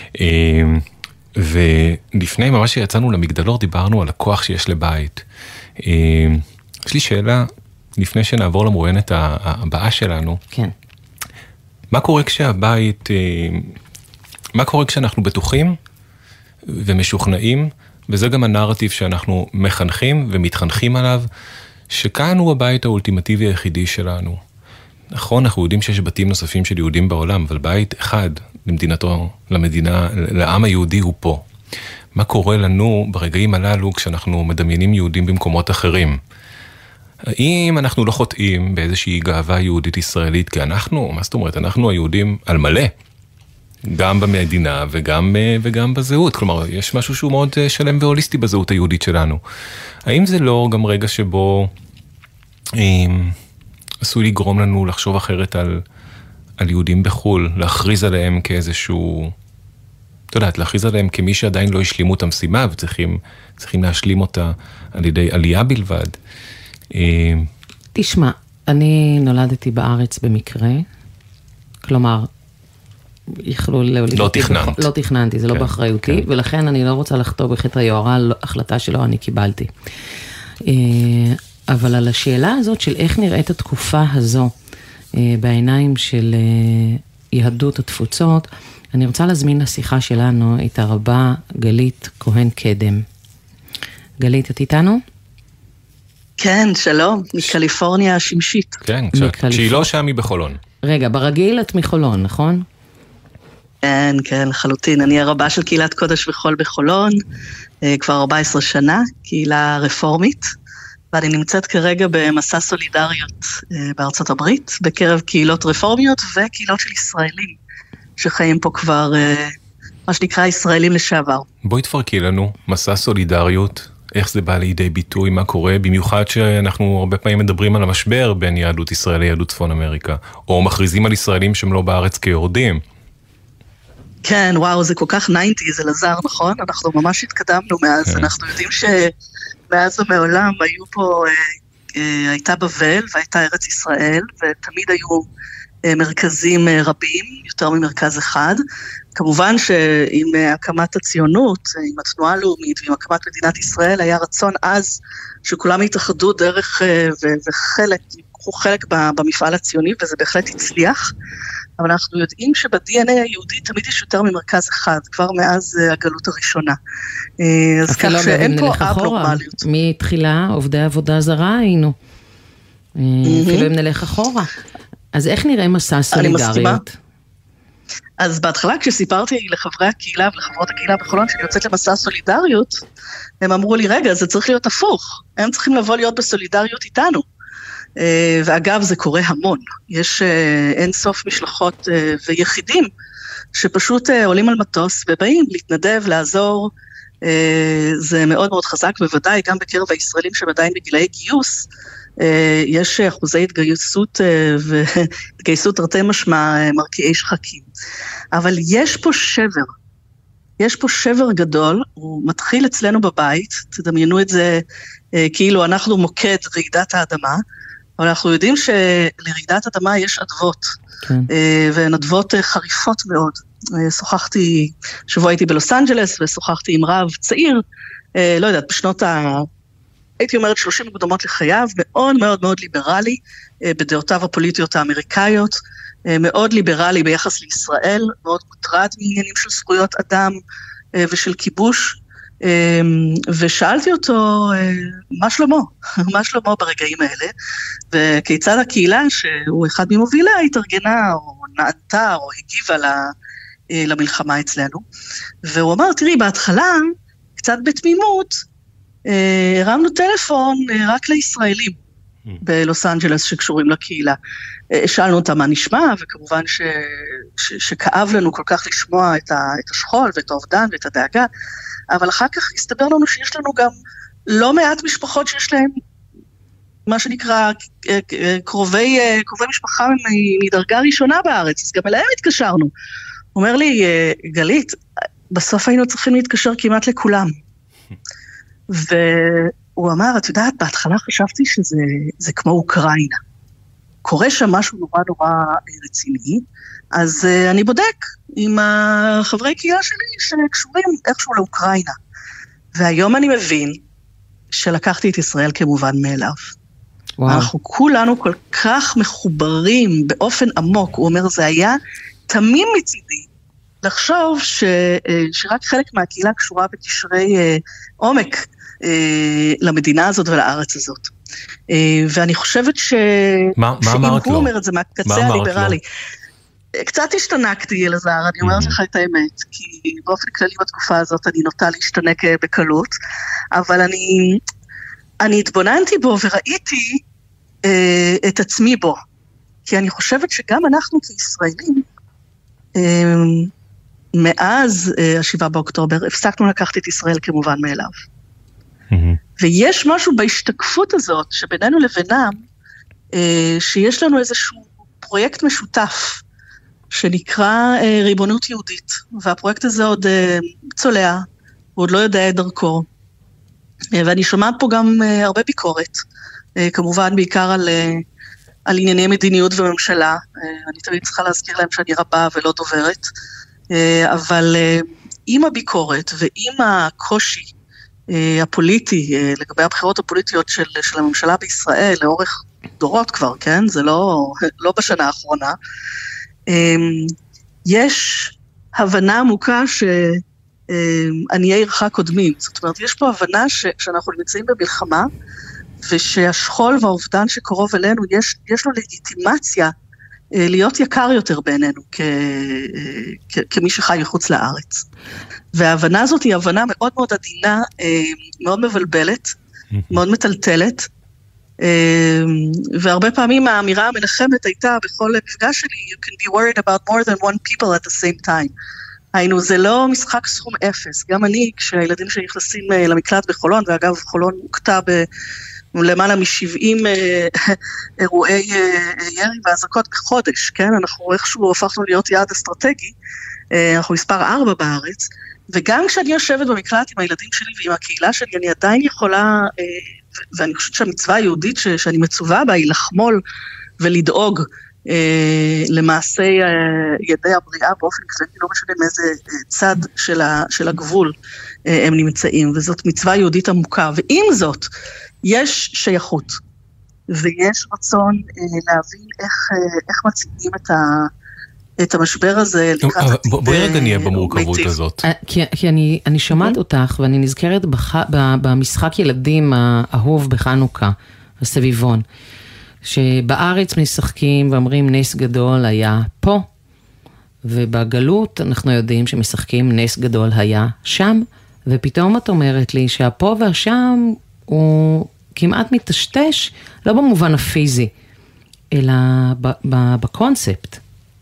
ולפני ממש שיצאנו למגדלור, דיברנו על הכוח שיש לבית. יש לי שאלה, לפני שנעבור למרואיינת הבאה שלנו. כן. מה קורה כשהבית, מה קורה כשאנחנו בטוחים ומשוכנעים וזה גם הנרטיב שאנחנו מחנכים ומתחנכים עליו, שכאן הוא הבית האולטימטיבי היחידי שלנו. נכון, אנחנו יודעים שיש בתים נוספים של יהודים בעולם, אבל בית אחד למדינתו, למדינה, לעם היהודי הוא פה. מה קורה לנו ברגעים הללו כשאנחנו מדמיינים יהודים במקומות אחרים? האם אנחנו לא חוטאים באיזושהי גאווה יהודית ישראלית, כי אנחנו, מה זאת אומרת, אנחנו היהודים על מלא, גם במדינה וגם בזהות, כלומר, יש משהו שהוא מאוד שלם והוליסטי בזהות היהודית שלנו. האם זה לא גם רגע שבו עשוי לגרום לנו לחשוב אחרת על יהודים בחול, להכריז עליהם כאיזשהו, אתה יודעת, להכריז עליהם כמי שעדיין לא השלימו את המשימה, וצריכים להשלים אותה על ידי עלייה בלבד. תשמע, אני נולדתי בארץ במקרה, כלומר, יכלו לא תכננת. לא תכננתי, זה לא באחריותי, ולכן אני לא רוצה לחטוא בחטא היוהרה, החלטה שלא אני קיבלתי. אבל על השאלה הזאת של איך נראית התקופה הזו בעיניים של יהדות התפוצות, אני רוצה להזמין לשיחה שלנו את הרבה גלית כהן קדם. גלית, את איתנו? כן, שלום, מקליפורניה השמשית. כן, שהיא לא שם, היא בחולון. רגע, ברגיל את מחולון, נכון? כן, לחלוטין. אני הרבה של קהילת קודש וחול בחולון, כבר 14 שנה, קהילה רפורמית, ואני נמצאת כרגע במסע סולידריות בארצות הברית, בקרב קהילות רפורמיות וקהילות של ישראלים, שחיים פה כבר, מה שנקרא, ישראלים לשעבר. בואי תפרקי לנו, מסע סולידריות, איך זה בא לידי ביטוי, מה קורה, במיוחד שאנחנו הרבה פעמים מדברים על המשבר בין יהדות ישראל ליהדות צפון אמריקה, או מכריזים על ישראלים שהם לא בארץ כיורדים. כן, וואו, זה כל כך 90, זה לזר, נכון? אנחנו ממש התקדמנו מאז, אנחנו יודעים שמאז ומעולם היו פה, הייתה בבל והייתה ארץ ישראל, ותמיד היו מרכזים רבים, יותר ממרכז אחד. כמובן שעם הקמת הציונות, עם התנועה הלאומית ועם הקמת מדינת ישראל, היה רצון אז שכולם יתאחדו דרך וחלק, יקחו חלק במפעל הציוני, וזה בהחלט הצליח. אבל אנחנו יודעים שב-DNA היהודי תמיד יש יותר ממרכז אחד, כבר מאז הגלות הראשונה. אז כך שאין פה אבנורמליות. מתחילה עובדי עבודה זרה היינו. אפילו אם נלך אחורה. אז איך נראה מסע סולידריות? אז בהתחלה כשסיפרתי לחברי הקהילה ולחברות הקהילה בחולון שאני יוצאת למסע סולידריות, הם אמרו לי, רגע, זה צריך להיות הפוך. הם צריכים לבוא להיות בסולידריות איתנו. ואגב, זה קורה המון. יש אין סוף משלחות ויחידים שפשוט עולים על מטוס ובאים להתנדב, לעזור. זה מאוד מאוד חזק, בוודאי גם בקרב הישראלים שעדיין בגילאי גיוס, יש אחוזי התגייסות והתגייסות תרתי משמע מרקיעי שחקים. אבל יש פה שבר. יש פה שבר גדול, הוא מתחיל אצלנו בבית, תדמיינו את זה כאילו אנחנו מוקד רעידת האדמה, אבל אנחנו יודעים שלרעידת אדמה יש אדוות, כן. והן אדוות חריפות מאוד. שבוע הייתי בלוס אנג'לס, ושוחחתי עם רב צעיר, לא יודעת, בשנות הייתי אומרת 30 מוקדמות לחייו, מאוד מאוד מאוד ליברלי, בדעותיו הפוליטיות האמריקאיות, מאוד ליברלי ביחס לישראל, מאוד מוטרד מעניינים של זכויות אדם ושל כיבוש, ושאלתי אותו, מה שלמה ברגעים האלה, וכיצד הקהילה, שהוא אחד ממובילה, התארגנה או נענתה או הגיבה למלחמה אצלנו, והוא אמר, תראי, בהתחלה, קצת בתמימות, הרמנו טלפון רק לישראלים בלוס אנג'לס שקשורים לקהילה. שאלנו אותם מה נשמע, וכמובן שכאב לנו כל כך לשמוע את השכול ואת האובדן ואת הדאגה, אבל אחר כך הסתבר לנו שיש לנו גם לא מעט משפחות שיש להם מה שנקרא קרובי משפחה מדרגה ראשונה בארץ, אז גם אליהם התקשרנו. הוא אומר לי, גלית, בסוף היינו צריכים להתקשר כמעט לכולם. והוא אמר, את יודעת, בהתחלה חשבתי שזה כמו אוקראינה. קורה שם משהו נורא נורא רציני, אז אני בודק עם החברי קהילה שלי שקשורים איכשהו לאוקראינה. והיום אני מבין שלקחתי את ישראל כמובן מאליו. וואו. אנחנו כולנו כל כך מחוברים באופן עמוק, הוא אומר, זה היה תמים מצידי לחשוב שרק חלק מהקהילה קשורה בקשרי עומק למדינה הזאת ולארץ הזאת. ואני חושבת שאם הוא אומר את זה מהקצה הליברלי, קצת השתנקתי, אלעזר, אני אומרת לך את האמת, כי באופן כללי בתקופה הזאת אני נוטה להשתנק בקלות, אבל אני התבוננתי בו וראיתי את עצמי בו, כי אני חושבת שגם אנחנו כישראלים, מאז 7 באוקטובר, הפסקנו לקחת את ישראל כמובן מאליו. ויש משהו בהשתקפות הזאת, שבינינו לבינם, שיש לנו איזשהו פרויקט משותף, שנקרא ריבונות יהודית, והפרויקט הזה עוד צולע, הוא עוד לא יודע את דרכו, ואני שומעת פה גם הרבה ביקורת, כמובן בעיקר על ענייני מדיניות וממשלה, אני תמיד צריכה להזכיר להם שאני רבה ולא דוברת, אבל עם הביקורת ועם הקושי הפוליטי, לגבי הבחירות הפוליטיות של הממשלה בישראל, לאורך דורות כבר, כן? זה לא בשנה האחרונה, יש הבנה עמוקה שעניי עירך קודמים, זאת אומרת, יש פה הבנה שאנחנו נמצאים במלחמה, ושהשכול והאובדן שקרוב אלינו, יש לו לגיטימציה להיות יקר יותר בעינינו, כמי שחי מחוץ לארץ. וההבנה הזאת היא הבנה מאוד מאוד עדינה, מאוד מבלבלת, מאוד מטלטלת, והרבה פעמים האמירה המנחמת הייתה בכל מפגש שלי, you can be worried about more than one people at the same time. היינו, זה לא משחק סכום אפס. גם אני, כשהילדים שלי נכנסים למקלט בחולון, ואגב, חולון הוקטע למעלה מ-70 אירועי ירי והזקות בחודש, כן? אנחנו איכשהו הפכנו להיות יעד אסטרטגי, אנחנו מספר 4 בארץ, וגם כשאני יושבת במקלט עם הילדים שלי ועם הקהילה שלי, אני עדיין יכולה, ואני חושבת שהמצווה היהודית שאני מצווה בה, היא לחמול ולדאוג למעשה ידי הבריאה באופן כללי, לא משנה מאיזה צד של הגבול הם נמצאים, וזאת מצווה יהודית עמוקה, ועם זאת, יש שייכות, ויש רצון להבין איך מציגים את המשבר הזה לקראת עתיד. בואי רגע נהיה במורכבות הזאת. כי אני שומעת אותך, ואני נזכרת במשחק ילדים האהוב בחנוכה, הסביבון, שבארץ משחקים ואומרים נס גדול היה פה, ובגלות אנחנו יודעים שמשחקים נס גדול היה שם, ופתאום את אומרת לי שהפה והשם הוא כמעט מתשתש, לא במובן הפיזי, אלא בקונספט.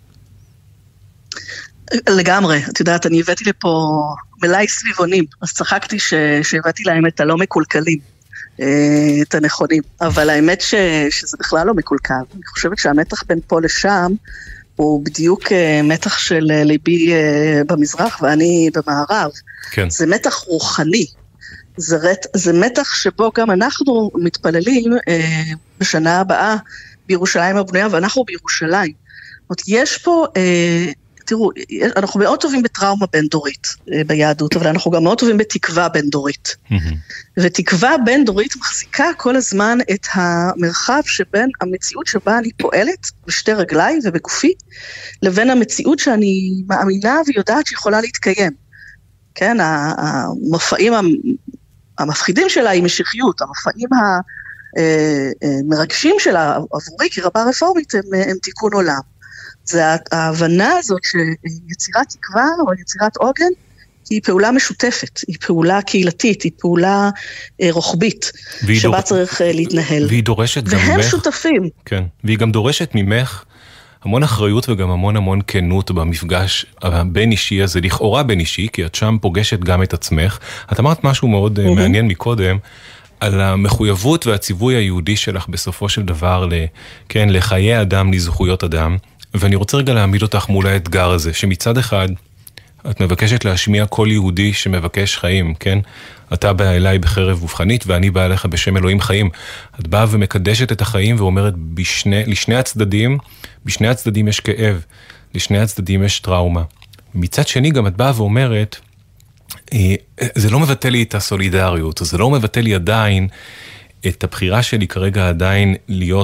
לגמרי, את יודעת, אני הבאתי לפה מלאי סביבונים, אז צחקתי שהבאתי להם את הלא מקולקלים, את הנכונים, אבל האמת שזה בכלל לא מקולקל. אני חושבת שהמתח בין פה לשם, הוא בדיוק מתח של ליבי במזרח ואני במערב. כן. זה מתח רוחני. זה מתח שבו גם אנחנו מתפללים בשנה הבאה בירושלים הבנויה, ואנחנו בירושלים. זאת אומרת, יש פה, תראו, אנחנו מאוד טובים בטראומה בין דורית ביהדות, אבל אנחנו גם מאוד טובים בתקווה בין דורית. ותקווה בין דורית מחזיקה כל הזמן את המרחב שבין המציאות שבה אני פועלת בשתי רגליי ובגופי, לבין המציאות שאני מאמינה ויודעת שיכולה להתקיים. כן, המופעים המפחידים שלה היא משיחיות, המופעים המרגשים שלה עבורי כרבה רפורמית הם תיקון עולם. זה ההבנה הזאת שיצירת תקווה או יצירת עוגן היא פעולה משותפת, היא פעולה קהילתית, היא פעולה רוחבית, שבה צריך להתנהל. והיא דורשת גם ממך. והם שותפים. כן, והיא גם דורשת ממך המון אחריות וגם המון כנות במפגש הבין אישי הזה, לכאורה בין אישי, כי את שם פוגשת גם את עצמך. את אמרת משהו מאוד מעניין מקודם, על המחויבות והציווי היהודי שלך בסופו של דבר, כן, לחיי אדם, לזכויות אדם, ואני רוצה רגע להעמיד אותך מול האתגר הזה, שמצד אחד את מבקשת להשמיע כל יהודי שמבקש חיים, כן? אתה באה אליי בחרב ובחנית, ואני באה אליך בשם אלוהים חיים. את באה ומקדשת את החיים ואומרת, לשני הצדדים, בשני הצדדים יש כאב, לשני הצדדים יש טראומה. מצד שני גם את באה ואומרת, זה לא מבטא לי את הסולידריות, זה לא מבטא לי עדיין את הבחירה שלי כרגע עדיין להיות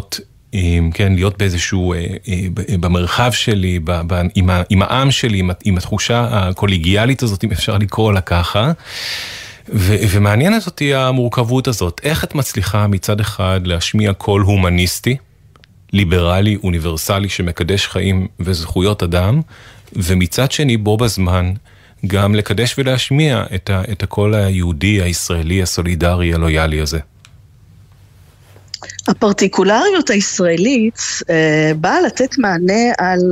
כן, להיות באיזשהו, במרחב שלי, עם העם שלי, עם התחושה הקוליגיאלית הזאת, אם אפשר לקרוא לה ככה. ומעניינת אותי המורכבות הזאת. איך את מצליחה מצד אחד להשמיע קול הומניסטי, ליברלי, אוניברסלי, שמקדש חיים וזכויות אדם, ומצד שני בו בזמן גם לקדש ולהשמיע את הקול היהודי, הישראלי, הסולידרי, הלויאלי הזה. הפרטיקולריות הישראלית באה לתת מענה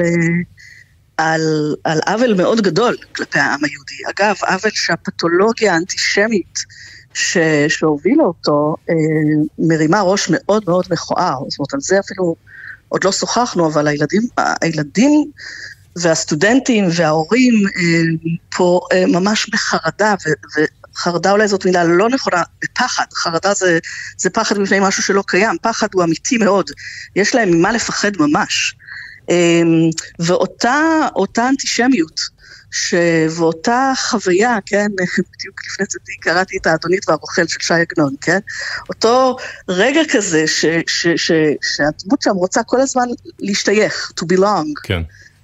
על עוול מאוד גדול כלפי העם היהודי. אגב, עוול שהפתולוגיה האנטישמית שהובילה אותו מרימה ראש מאוד מאוד מכוער. זאת אומרת, על זה אפילו עוד לא שוחחנו, אבל הילדים והסטודנטים וההורים פה ממש בחרדה, וחרדה אולי זאת מילה לא נכונה, בפחד. חרדה זה פחד מפני משהו שלא קיים, פחד הוא אמיתי מאוד, יש להם ממה לפחד ממש. ואותה אנטישמיות, ואותה חוויה, כן, בדיוק לפני צדי קראתי את האדונית והרוכל של שי עגנון, כן, אותו רגע כזה שהדמות שם רוצה כל הזמן להשתייך, to belong, כן.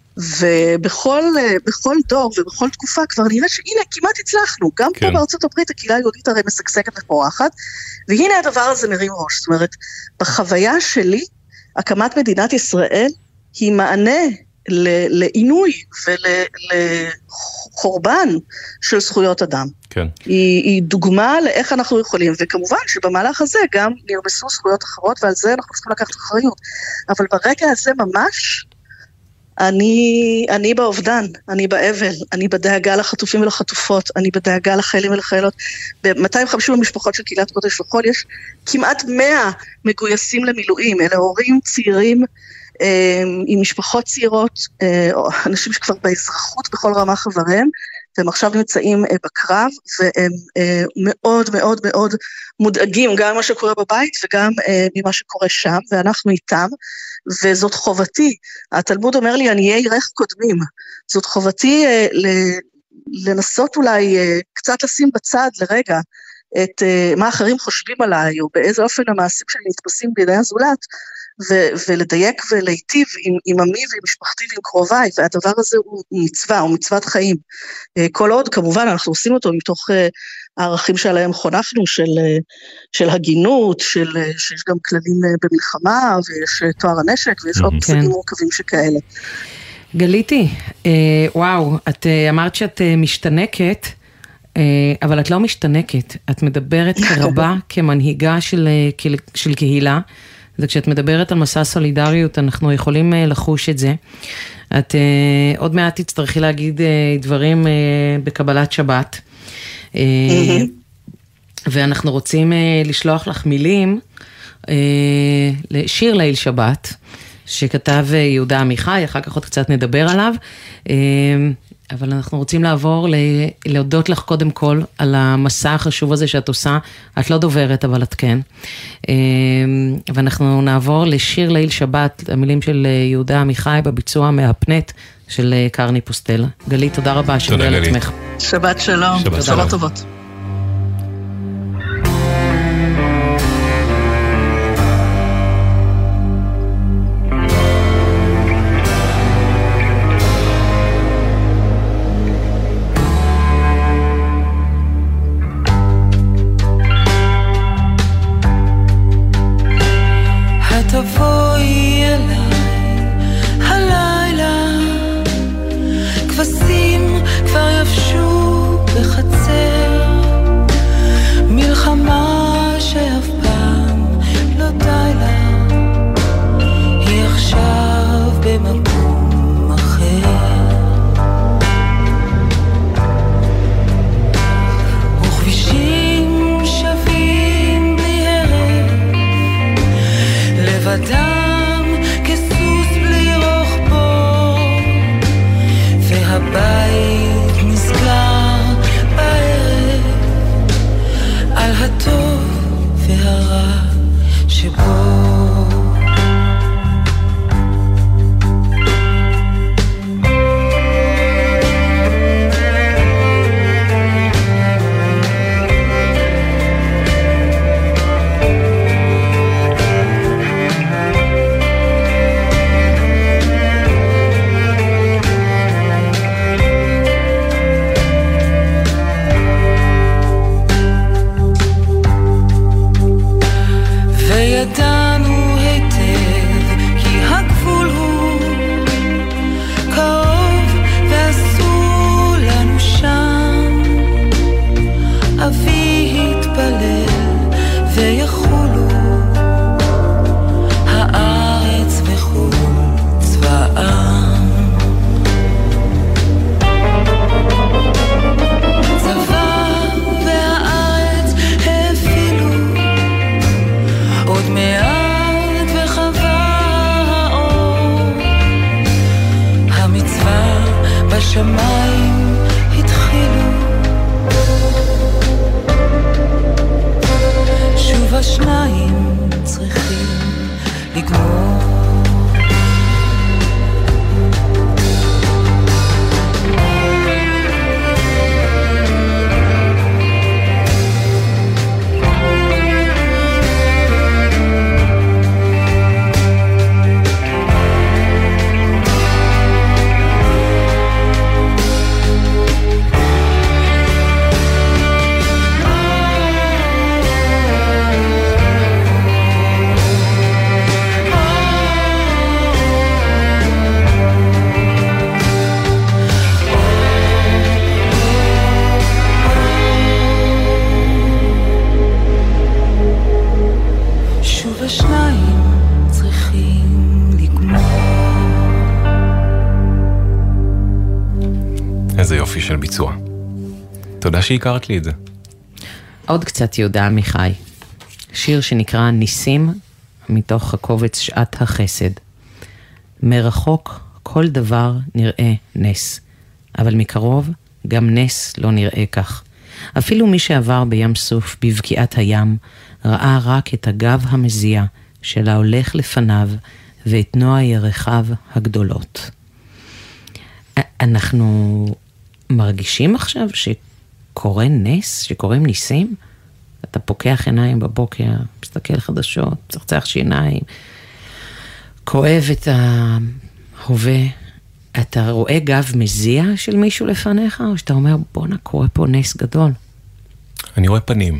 ובכל דור ובכל תקופה כבר נראה שהנה כמעט הצלחנו, גם כן. פה בארצות הברית הקהילה היהודית הרי משגשגת ופורחת, והנה הדבר הזה מרים ראש, זאת אומרת, בחוויה שלי, הקמת מדינת ישראל היא מענה לעינוי ולחורבן של זכויות אדם. כן. היא דוגמה לאיך אנחנו יכולים, וכמובן שבמהלך הזה גם נרמסו זכויות אחרות, ועל זה אנחנו צריכים לקחת אחריות. אבל ברגע הזה ממש, אני באובדן, אני באבל, אני בדאגה לחטופים ולחטופות, אני בדאגה לחיילים ולחיילות. ב-250 המשפחות של קהילת קודש וחול יש כמעט 100 מגויסים למילואים, אלה הורים צעירים, עם משפחות צעירות, אנשים שכבר באזרחות בכל רמה חבריהם, והם עכשיו נמצאים בקרב, והם מאוד מאוד מאוד מודאגים, גם ממה שקורה בבית, וגם ממה שקורה שם, ואנחנו איתם, וזאת חובתי. התלמוד אומר לי, עניי עירך קודמים, זאת חובתי לנסות אולי קצת לשים בצד לרגע, את מה אחרים חושבים עליי, או באיזה אופן המעשים שלי נתפסים בידי הזולת, ולדייק ולהיטיב עם עמי ועם משפחתי ועם קרוביי, והדבר הזה הוא מצווה, הוא מצוות חיים. כל עוד, כמובן, אנחנו עושים אותו מתוך הערכים שעליהם חונכנו, של הגינות, שיש גם כללים במלחמה, ויש תואר הנשק, ויש עוד מושגים מורכבים שכאלה. גליתי, וואו, את אמרת שאת משתנקת, אבל את לא משתנקת, את מדברת כרבה, כמנהיגה של קהילה, וכשאת מדברת על מסע סולידריות, אנחנו יכולים לחוש את זה. את עוד מעט תצטרכי להגיד דברים בקבלת שבת, ואנחנו רוצים לשלוח לך מילים, לשיר ליל שבת, שכתב יהודה עמיחי, אחר כך עוד קצת נדבר עליו, אבל אנחנו רוצים לעבור להודות לך קודם כל על המסע החשוב הזה שאת עושה. את לא דוברת, אבל את כן. ואנחנו נעבור לשיר ליל שבת, המילים של יהודה עמיחי בביצוע מהפנט של קרני פוסטל. גלית, תודה רבה שבא על עצמך. שבת שלום. שבת טובות. לגמור. איזה יופי של ביצוע. תודה שהכרת לי את זה. עוד קצת יהודה עמיחי. שיר שנקרא ניסים, מתוך הקובץ שעת החסד. מרחוק כל דבר נראה נס, אבל מקרוב גם נס לא נראה כך. אפילו מי שעבר בים סוף בבקיעת הים, ראה רק את הגב המזיע של ההולך לפניו ואת נוע ירחיו הגדולות. אנחנו מרגישים עכשיו שקורה נס, שקוראים ניסים? אתה פוקח עיניים בבוקר, מסתכל חדשות, צחצח שיניים, כואב את ההווה, אתה רואה גב מזיע של מישהו לפניך, או שאתה אומר, בוא'נה, קורה פה נס גדול? אני רואה פנים.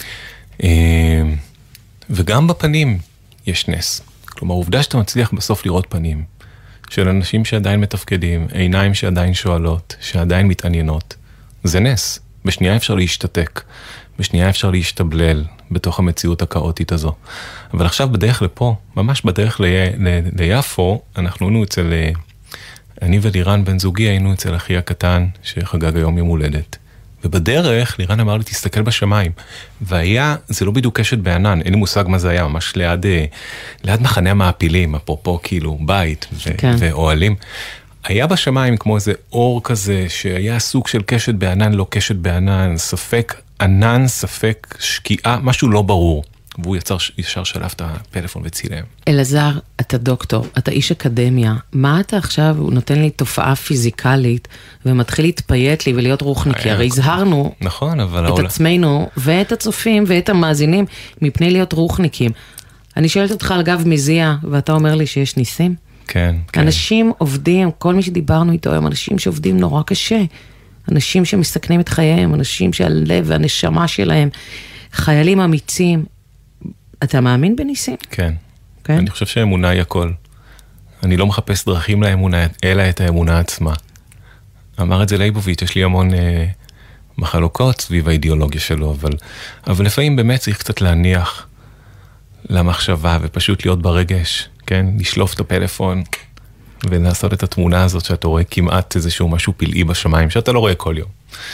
וגם בפנים יש נס. כלומר, העובדה שאתה מצליח בסוף לראות פנים של אנשים שעדיין מתפקדים, עיניים שעדיין שואלות, שעדיין מתעניינות, זה נס. בשנייה אפשר להשתתק, בשנייה אפשר להשתבלל בתוך המציאות הכאוטית הזו. אבל עכשיו בדרך לפה, ממש בדרך ליפו, אנחנו היינו אצל, אני ולירן בן זוגי היינו אצל אחי הקטן שחגג היום יום הולדת. ובדרך לירן אמר לי, תסתכל בשמיים. והיה, זה לא בדיוק קשת בענן, אין לי מושג מה זה היה, ממש ליד מחנה המעפילים, אפרופו כאילו בית ואוהלים. היה בשמיים כמו איזה אור כזה, שהיה סוג של קשת בענן, לא קשת בענן, ספק ענן, ספק שקיעה, משהו לא ברור. והוא ישר שלף את הפלאפון וצילם. אלעזר, אתה דוקטור, אתה איש אקדמיה, מה אתה עכשיו, הוא נותן לי תופעה פיזיקלית, ומתחיל להתפייט לי ולהיות רוחניקי, הרי הזהרנו נכון, אבל את עצמנו, ואת הצופים, ואת המאזינים, מפני להיות רוחניקים. אני שואלת אותך על גב מזיע, ואתה אומר לי שיש ניסים? כן, כן. אנשים עובדים, כל מי שדיברנו איתו הם אנשים שעובדים נורא קשה, אנשים שמסכנים את חייהם, אנשים שהלב והנשמה שלהם, חיילים אמיצים. אתה מאמין בניסים? כן. אני חושב שהאמונה היא הכל. אני לא מחפש דרכים לאמונה, אלא את האמונה עצמה. אמר את זה ליבוביץ', יש לי המון מחלוקות סביב האידיאולוגיה שלו, אבל לפעמים באמת צריך קצת להניח למחשבה ופשוט להיות ברגש, כן? לשלוף את הפלאפון ולעשות את התמונה הזאת שאתה רואה כמעט איזשהו משהו פלאי בשמיים, שאתה לא רואה כל יום.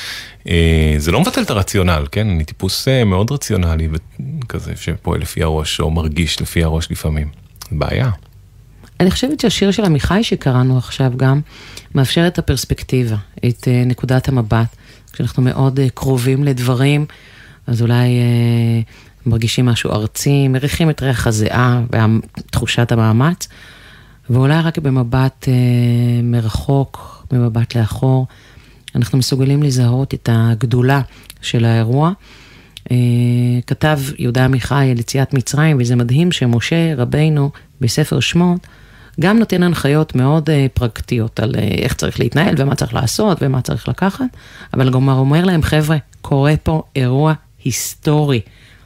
זה לא מבטל את הרציונל, כן? אני טיפוס מאוד רציונלי, כזה שפועל לפי הראש, או מרגיש לפי הראש לפעמים. בעיה. אני חושבת שהשיר של עמיחי שקראנו עכשיו גם, מאפשר את הפרספקטיבה, את נקודת המבט. כשאנחנו מאוד קרובים לדברים, אז אולי מרגישים משהו ארצי, מריחים את ריח הזיעה ותחושת המאמץ, ואולי רק במבט מרחוק, במבט לאחור, אנחנו מסוגלים לזהות את הגדולה של האירוע. כתב יהודה עמיחי על יציאת מצרים, וזה מדהים שמשה רבינו בספר שמות, גם נותן הנחיות מאוד פרקטיות על איך צריך להתנהל ומה צריך לעשות ומה צריך לקחת, אבל גם אומר להם, חבר'ה, קורה פה אירוע היסטורי.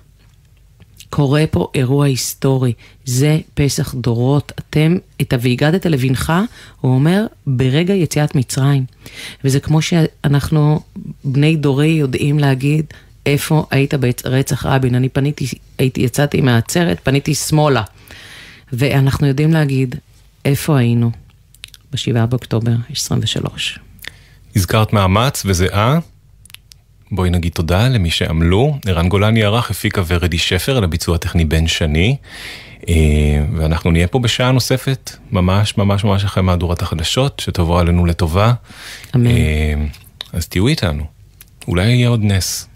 קורה פה אירוע היסטורי, זה פסח דורות, אתם את והגדת לבנך, הוא אומר, ברגע יציאת מצרים. וזה כמו שאנחנו בני דורי יודעים להגיד, איפה היית ברצח רבין, אני יצאתי מהעצרת, פניתי שמאלה. ואנחנו יודעים להגיד, איפה היינו? ב7 באוקטובר 23. הזכרת מאמץ וזהה, בואי נגיד תודה למי שעמלו. ערן גולני ערך, הפיקה ורדי שפר, על הביצוע הטכני בן שני, ואנחנו נהיה פה בשעה נוספת, ממש ממש ממש אחרי מהדורת החדשות, שתבוא עלינו לטובה. אמן. אז תהיו איתנו, אולי יהיה עוד נס.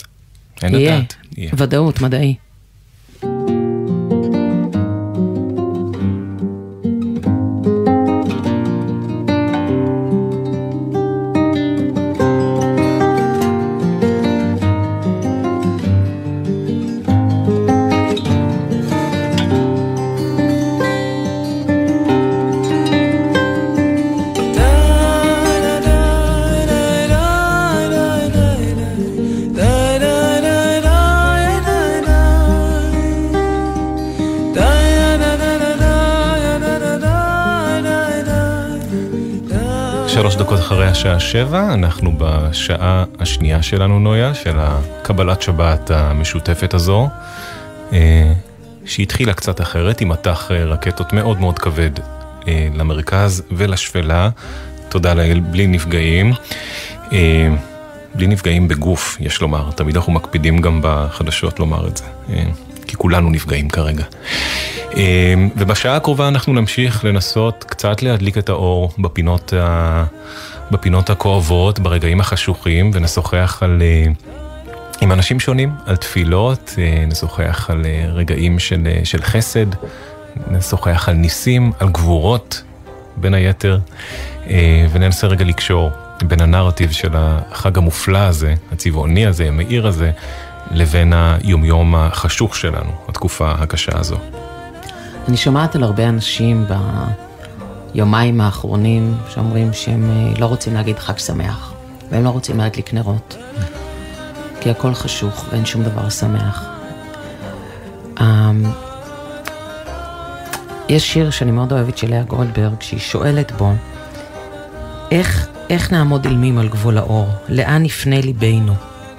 אין לדעת. ודאות, מדעי. 3 דקות אחרי השעה 7, אנחנו בשעה השנייה שלנו, נויה, של הקבלת שבת המשותפת הזו, שהתחילה קצת אחרת, עם מתח רקטות מאוד מאוד כבד למרכז ולשפלה, תודה לאל, בלי נפגעים, בלי נפגעים בגוף, יש לומר, תמיד אנחנו מקפידים גם בחדשות לומר את זה, כי כולנו נפגעים כרגע. ובשעה הקרובה אנחנו נמשיך לנסות קצת להדליק את האור בפינות הכואבות, ברגעים החשוכים, ונשוחח עם אנשים שונים, על תפילות, נשוחח על רגעים של חסד, נשוחח על ניסים, על גבורות, בין היתר, וננסה רגע לקשור בין הנרטיב של החג המופלא הזה, הצבעוני הזה, המאיר הזה, לבין היומיום החשוך שלנו, התקופה הקשה הזו. אני שומעת על הרבה אנשים ביומיים האחרונים שאומרים שהם לא רוצים להגיד חג שמח, והם לא רוצים להדליק נרות, כי הכל חשוך ואין שום דבר שמח. יש שיר שאני מאוד אוהבת של לאה גולדברג, שהיא שואלת בו, איך נעמוד אילמים על גבול האור? לאן נפנה ליבנו?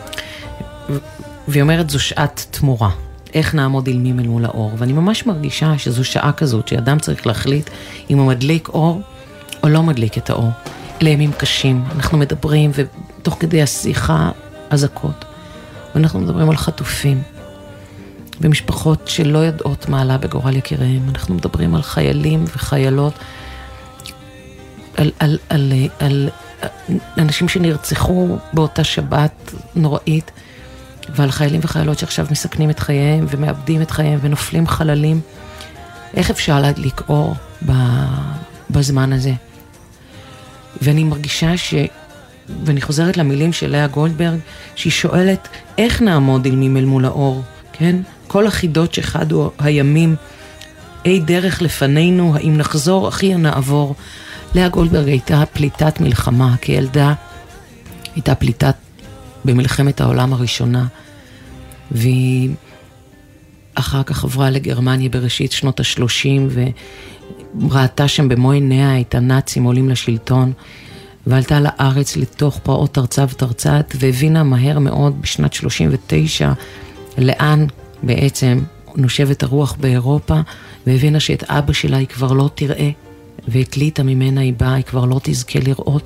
והיא אומרת, זו שעת תמורה. איך נעמוד אילמים אל מול האור? ואני ממש מרגישה שזו שעה כזאת, שאדם צריך להחליט אם הוא מדליק אור או לא מדליק את האור. אלה ימים קשים, אנחנו מדברים, ותוך כדי השיחה אזעקות, ואנחנו מדברים על חטופים, ומשפחות שלא יודעות מה עלה בגורל יקיריהם. אנחנו מדברים על חיילים וחיילות, על אנשים שנרצחו באותה שבת נוראית, ועל חיילים וחיילות שעכשיו מסכנים את חייהם ומאבדים את חייהם ונופלים חללים. איך אפשר להדליק אור בזמן הזה? ואני מרגישה ואני חוזרת למילים של לאה גולדברג, שהיא שואלת איך נעמוד אילמים אל מול האור, כן? כל החידות שחדו הימים, אי דרך לפנינו, האם נחזור, אחי נעבור. לאה גולדברג הייתה פליטת מלחמה, כילדה הייתה פליטת במלחמת העולם הראשונה, והיא אחר כך עברה לגרמניה בראשית שנות ה-30, וראתה שם במו עיניה את הנאצים עולים לשלטון, ועלתה לארץ לתוך פרעות תרצה ותרצת, והבינה מהר מאוד בשנת 39, לאן בעצם נושבת הרוח באירופה, והבינה שאת אבא שלה היא כבר לא תראה, ואת ליטה ממנה היא באה, היא כבר לא תזכה לראות,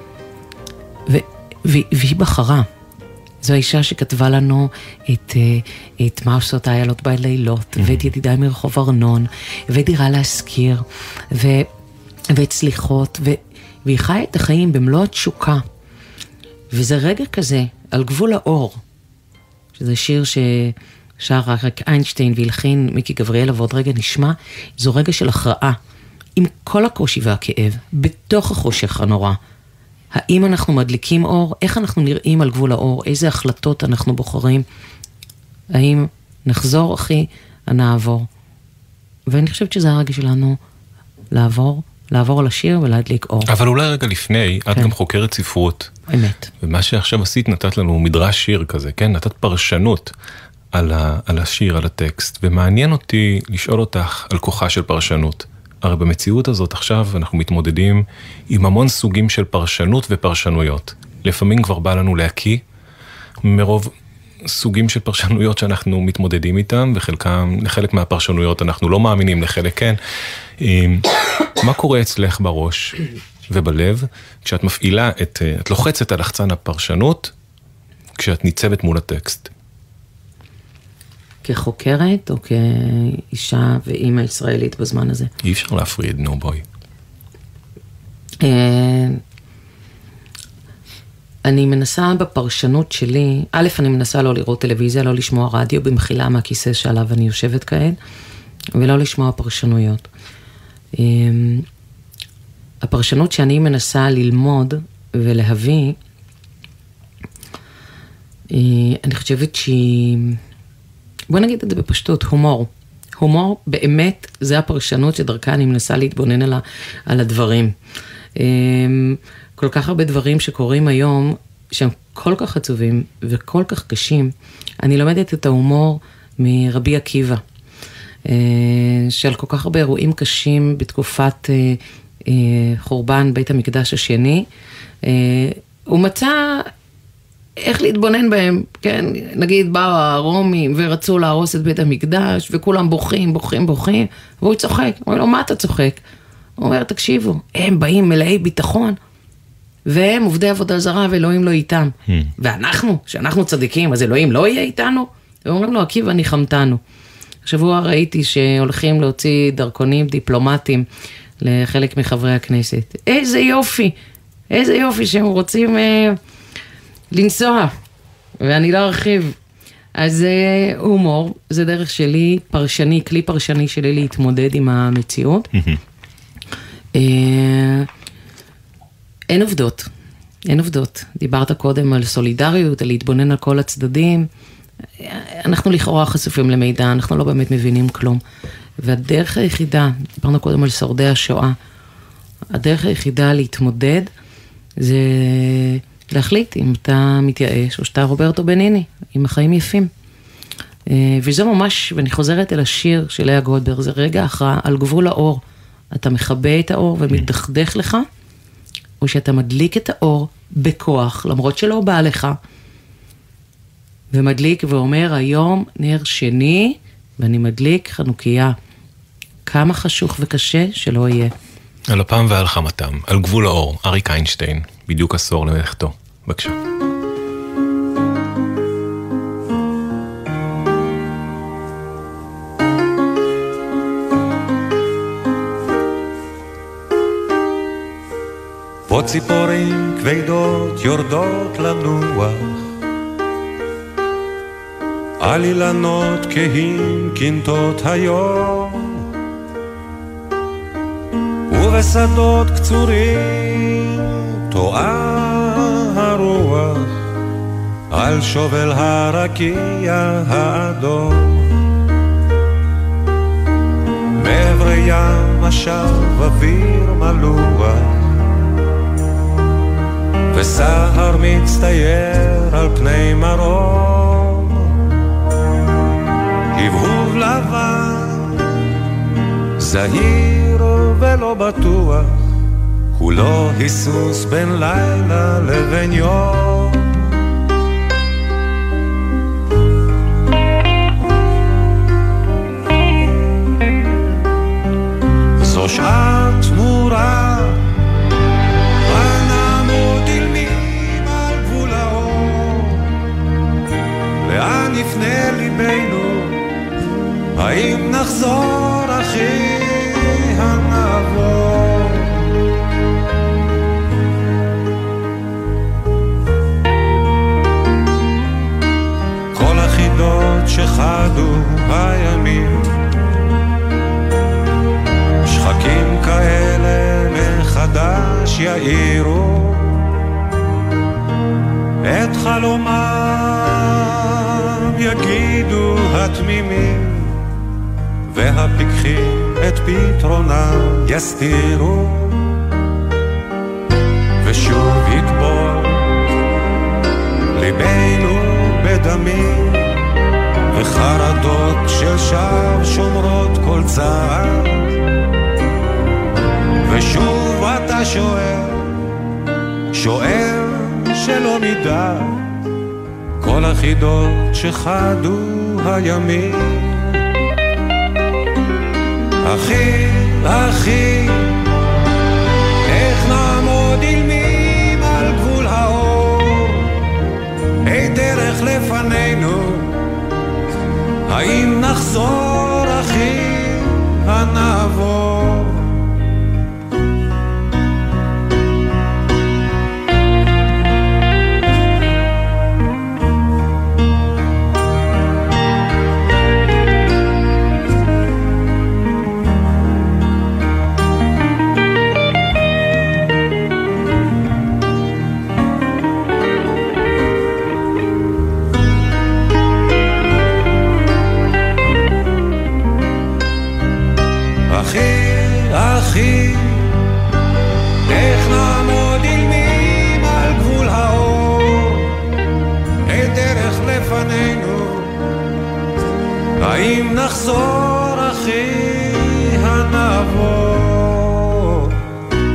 והיא בחרה. זו האישה שכתבה לנו את מה עושות האיילות בלילות, ואת ידידיי מרחוב ארנון, ודירה להזכיר, ואת סליחות, והיא חיה את החיים במלוא התשוקה. וזה רגע כזה, על גבול האור, שזה שיר ששר רק איינשטיין והלחין מיקי גבריאלה, ועוד רגע נשמע, זו רגע של הכרעה, עם כל הקושי והכאב, בתוך החושך הנורא. האם אנחנו מדליקים אור? איך אנחנו נראים על גבול האור? איזה החלטות אנחנו בוחרים? האם נחזור, אחי, נעבור? ואני חושבת שזה הרגע שלנו לעבור על השיר ולהדליק אור. אבל אולי רגע לפני, את גם חוקרת ספרות. אמת. ומה שעכשיו עשית, נתת לנו מדרש שיר כזה, כן? נתת פרשנות על השיר, על הטקסט. ומעניין אותי לשאול אותך על כוחה של פרשנות. הרי במציאות הזאת עכשיו אנחנו מתמודדים עם המון סוגים של פרשנות ופרשנויות. לפעמים כבר בא לנו להקיא מרוב סוגים של פרשנויות שאנחנו מתמודדים איתם, לחלק מהפרשנויות אנחנו לא מאמינים, לחלק כן. מה קורה אצלך בראש ובלב כשאת מפעילה את לוחצת על לחצן הפרשנות כשאת ניצבת מול הטקסט? כחוקרת או כאישה ואימא ישראלית בזמן הזה? אי אפשר להפריד, נו בואי. אני מנסה בפרשנות שלי, א', אני מנסה לא לראות טלוויזיה, לא לשמוע רדיו במחילה מהכיסא שעליו אני יושבת כעת, ולא לשמוע פרשנויות. הפרשנות שאני מנסה ללמוד ולהביא, אני חושבת שהיא, בוא נגיד את זה בפשטות, הומור. הומור באמת זה הפרשנות שדרכה אני מנסה להתבונן על הדברים. כל כך הרבה דברים שקורים היום, שהם כל כך עצובים וכל כך קשים, אני לומדת את ההומור מרבי עקיבא, של כל כך הרבה אירועים קשים בתקופת חורבן בית המקדש השני, הוא מצא איך להתבונן בהם, כן? נגיד באו הרומים ורצו להרוס את בית המקדש, וכולם בוכים, והוא צוחק, הוא אומר לו, מה אתה צוחק? הוא אומר, תקשיבו, הם באים מלאי ביטחון, והם עובדי עבודה זרה, ואלוהים לא איתם. ואנחנו, שאנחנו צדיקים, אז אלוהים לא יהיה איתנו? ואומרים לו, עקיבא ניחמתנו. השבוע ראיתי שהולכים להוציא דרכונים דיפלומטיים לחלק מחברי הכנסת. איזה יופי שהם רוצים לנסוע, ואני לא ארחיב. אז הומור, זה דרך שלי, כלי פרשני שלי להתמודד עם המציאות. אין עובדות. דיברת קודם על סולידריות, על להתבונן על כל הצדדים. אנחנו לכאורה חשופים למידע, אנחנו לא באמת מבינים כלום. והדרך היחידה, דיברנו קודם על שורדי השואה, הדרך היחידה להתמודד זה להחליט אם אתה מתייאש או שאתה רוברטו בניני, עם החיים יפים. וזו ממש, ואני חוזרת אל השיר של לאה גולדברג, זה רגע הכרעה על גבול האור. אתה מכבה את האור ומתדכדך לך, או שאתה מדליק את האור בכוח, למרות שלא בא לך, ומדליק ואומר, היום נר שני, ואני מדליק חנוכיה. כמה חשוך וקשה שלא יהיה. על הפעם ועל חמתם, על גבול האור, אריק איינשטיין, בדיוק עשור למלכתו. בבקשה. פה ציפורים כבדות יורדות לנוח, על אילנות כהים קינטות היום, ובשדות קצורים טועה הרוח, על שובל הרקיע האדום. מעברי ים השב אוויר מלוח, וסהר מצטייר על פני מרום, הבהוב לבן, זהיר ולא בטוח, הוא לא היסוס בין לילה לבין יום. זו שעת תמורה, הנעמוד אילמים על גבול האור, לאן יפנה ליבנו, האם נחזור אחי הנעבור. כל החידות שחדו הימים, שחקים כאלה מחדש יאירו את חלומם, יגידו התמימים, והפיקחים את פתרונם יסתירו, ושוב יטבול ליבנו בדמים, וחרדות של שווא שומרות כל צעד, ושוב אתה שואל שלא נדע, כל החידות שחדו הימים. אחי, איך נעמוד אילמים על גבול האור, אי דרך לפנינו, האם נחזור אחי הנעבור. אחי, איך נעמוד אילמים על גבול האור, אין דרך לפנינו, האם נחזור אחי הנעבור.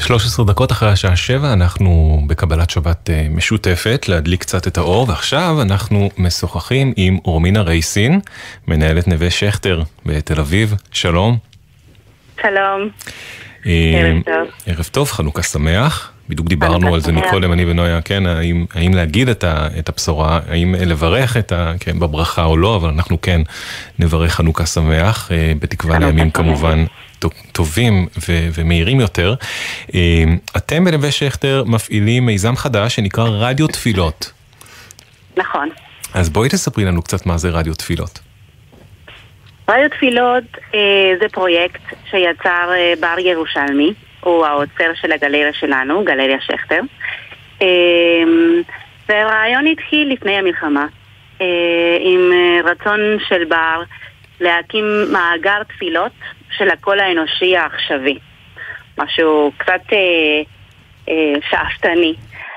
13 דקות אחרי השעה 7, אנחנו בקבלת שבת משותפת, להדליק קצת את האור, ועכשיו אנחנו משוחחים עם אורמינה רייסין, מנהלת נווה שכטר בתל אביב. שלום. שלום. ערב טוב. ערב טוב, חנוכה שמח. בדיוק דיברנו על זה מקודם, אני ונויה, כן, האם להגיד את הבשורה, האם לברך כן, בברכה או לא, אבל אנחנו כן נברך חנוכה שמח, בתקווה לימים כמובן טובים ומהירים יותר. אתם בנווה שכטר מפעילים מיזם חדש שנקרא רדיו תפילות. נכון. אז בואי תספרי לנו קצת מה זה רדיו תפילות. רדיו תפילות זה פרויקט שיצר בר ירושלמי, הוא האוצר של הגלריה שלנו, גלריה שכטר. והרעיון התחיל לפני המלחמה, עם רצון של בר להקים מאגר תפילות של הקול האנושי העכשווי. משהו קצת שאפתני.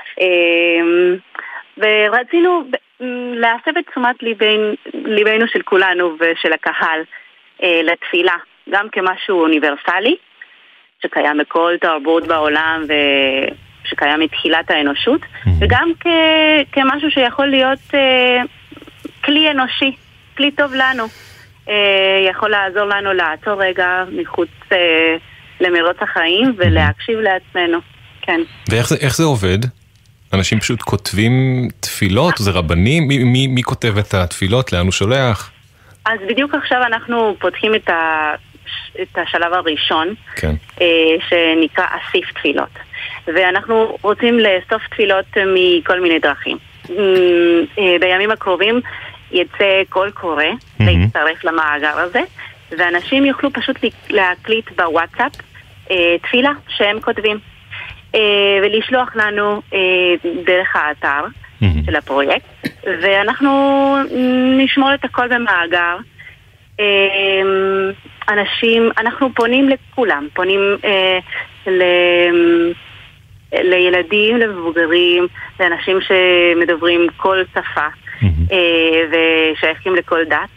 ורצינו להסב את תשומת ליבנו של כולנו ושל הקהל לתפילה, גם כמשהו אוניברסלי, שקיים בכל תרבות בעולם ושקיים מתחילת האנושות, וגם כמשהו שיכול להיות כלי אנושי, כלי טוב לנו, יכול לעזור לנו לעצור רגע מחוץ למרוץ החיים ולהקשיב לעצמנו. כן. ואיך זה עובד? אנשים פשוט כותבים תפילות? זה רבנים? מי כותב את התפילות? לאן הוא שולח? אז בדיוק עכשיו אנחנו פותחים את השלב הראשון, כן. שנקרא אסיף תפילות. ואנחנו רוצים לאסוף תפילות מכל מיני דרכים. בימים הקרובים יצא קול קורא להצטרף למאגר הזה, ואנשים יוכלו פשוט להקליט בוואטסאפ תפילה שהם כותבים. ולשלוח לנו דרך האתר של הפרויקט, ואנחנו נשמור את הכל במאגר. אנחנו פונים לכולם, פונים לילדים, למבוגרים, לאנשים שמדברים כל שפה ושייכים לכל דת.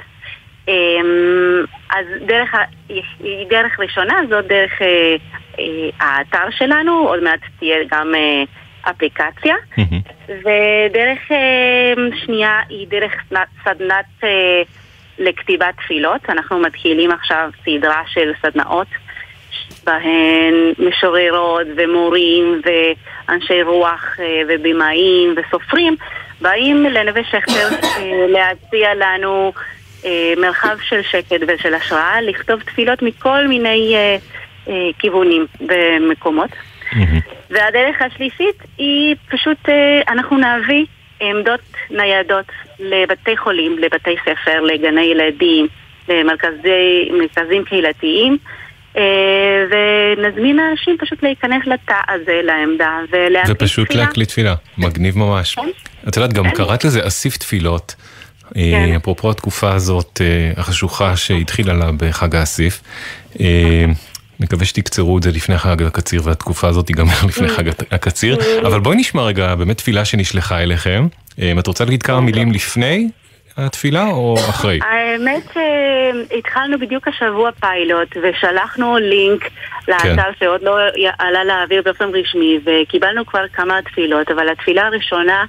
אז דרך ראשונה זאת דרך האתר שלנו, עוד מעט תהיה גם אפליקציה, ודרך שנייה היא דרך סדנת לכתיבת תפילות. אנחנו מתחילים עכשיו סדרה של סדנאות בהן משוררות ומורים ואנשי רוח ובימאים וסופרים באים לנווה שכטר להציע לנו מרחב של שקט ושל השראה, לכתוב תפילות מכל מיני כיוונים ומקומות. והדרך השלישית היא פשוט, אנחנו נביא עמדות ניידות לבתי חולים, לבתי ספר, לגני ילדים, למרכזים קהילתיים, ונזמין אנשים פשוט להיכנס לתא הזה, לעמדה, ולהקליט תפילה. ופשוט להקליט תפילה, מגניב ממש. את יודעת, גם קראת לזה אסיף תפילות, אפרופו התקופה הזאת החשוכה שהתחילה לה בחג האסיף. מקווה שתקצרו את זה לפני חג הקציר, והתקופה הזאת היא גם לפני חג הקציר. אבל בואי נשמע רגע באמת תפילה שנשלחה אליכם. את רוצה להגיד כמה מילים לפני התפילה או אחרי? האמת שהתחלנו בדיוק השבוע פיילוט, ושלחנו לינק לאתר שעוד לא עלה לאוויר באופן רשמי, וקיבלנו כבר כמה תפילות, אבל התפילה הראשונה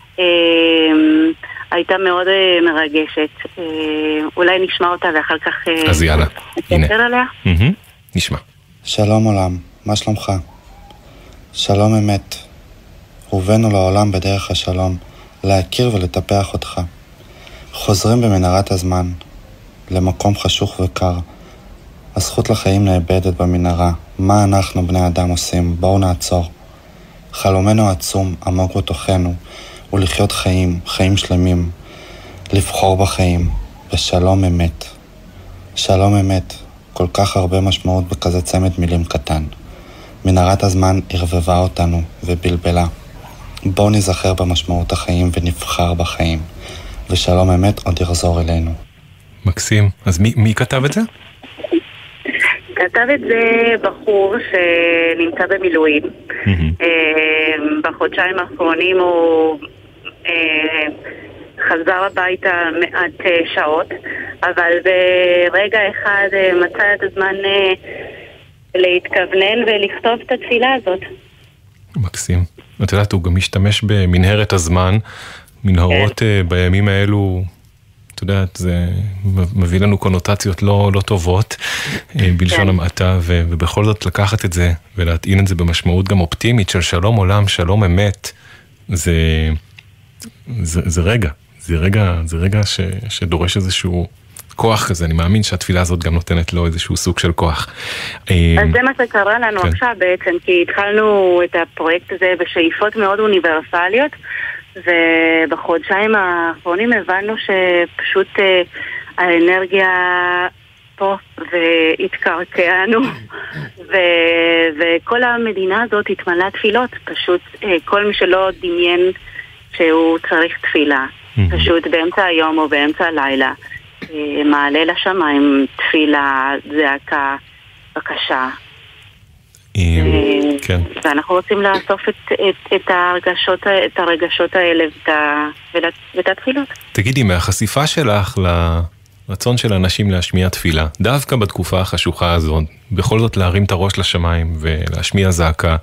הייתה מאוד מרגשת. אולי נשמע אותה ואחר כך אז יאללה, הנה. נשמע. שלום עולם, מה שלומך? שלום אמת. הובאנו לעולם בדרך השלום, להכיר ולטפח אותך. חוזרים במנהרת הזמן, למקום חשוך וקר. הזכות לחיים נאבדת במנהרה. מה אנחנו בני אדם עושים? בואו נעצור. חלומנו עצום, עמוק בתוכנו, הוא לחיות חיים, חיים שלמים, לבחור בחיים, ושלום אמת. שלום אמת, כל כך הרבה משמעות בכזה צמד מילים קטן. מנהרת הזמן ערבבה אותנו ובלבלה. בואו נזכר במשמעות החיים ונבחר בחיים, ושלום אמת עוד יחזור אלינו. מקסים. אז מי כתב את זה? כתב את זה בחור שנמצא במילואים. בחודשיים האחרונים הוא חזר הביתה מעט שעות, אבל ברגע אחד מצא את הזמן להתכוונן ולכתוב את התפילה הזאת. מקסים. את יודעת, הוא גם משתמש במנהרת הזמן, מנהרות בימים האלו, את יודעת, זה מביא לנו קונוטציות לא טובות, בלשון המעטה, ובכל זאת לקחת את זה, ולהטעין את זה במשמעות גם אופטימית של שלום עולם, שלום אמת, זה רגע שדורש איזשהו כוח כזה. אני מאמין שהתפילה הזאת גם נותנת לו איזשהו סוג של כוח. אז זה מה שקרה לנו עכשיו בעצם, כי התחלנו את הפרויקט הזה בשאיפות מאוד אוניברסליות, ובחודשיים האחרונים הבנו שפשוט האנרגיה פה והתקרקענו, וכל המדינה הזאת התמלאה תפילות. פשוט כל מי שלא דמיין שהוא צריך תפילה, פשוט באמצע היום או באמצע הלילה מעלה לשמיים תפילה, זעקה, בקשה. ואנחנו רוצים לאסוף את הרגשות האלה ואת התפילות. תגידי, מהחשיפה שלך לרצון של אנשים להשמיע תפילה, דווקא בתקופה החשוכה הזאת, בכל זאת להרים את הראש לשמיים ולהשמיע זעקה,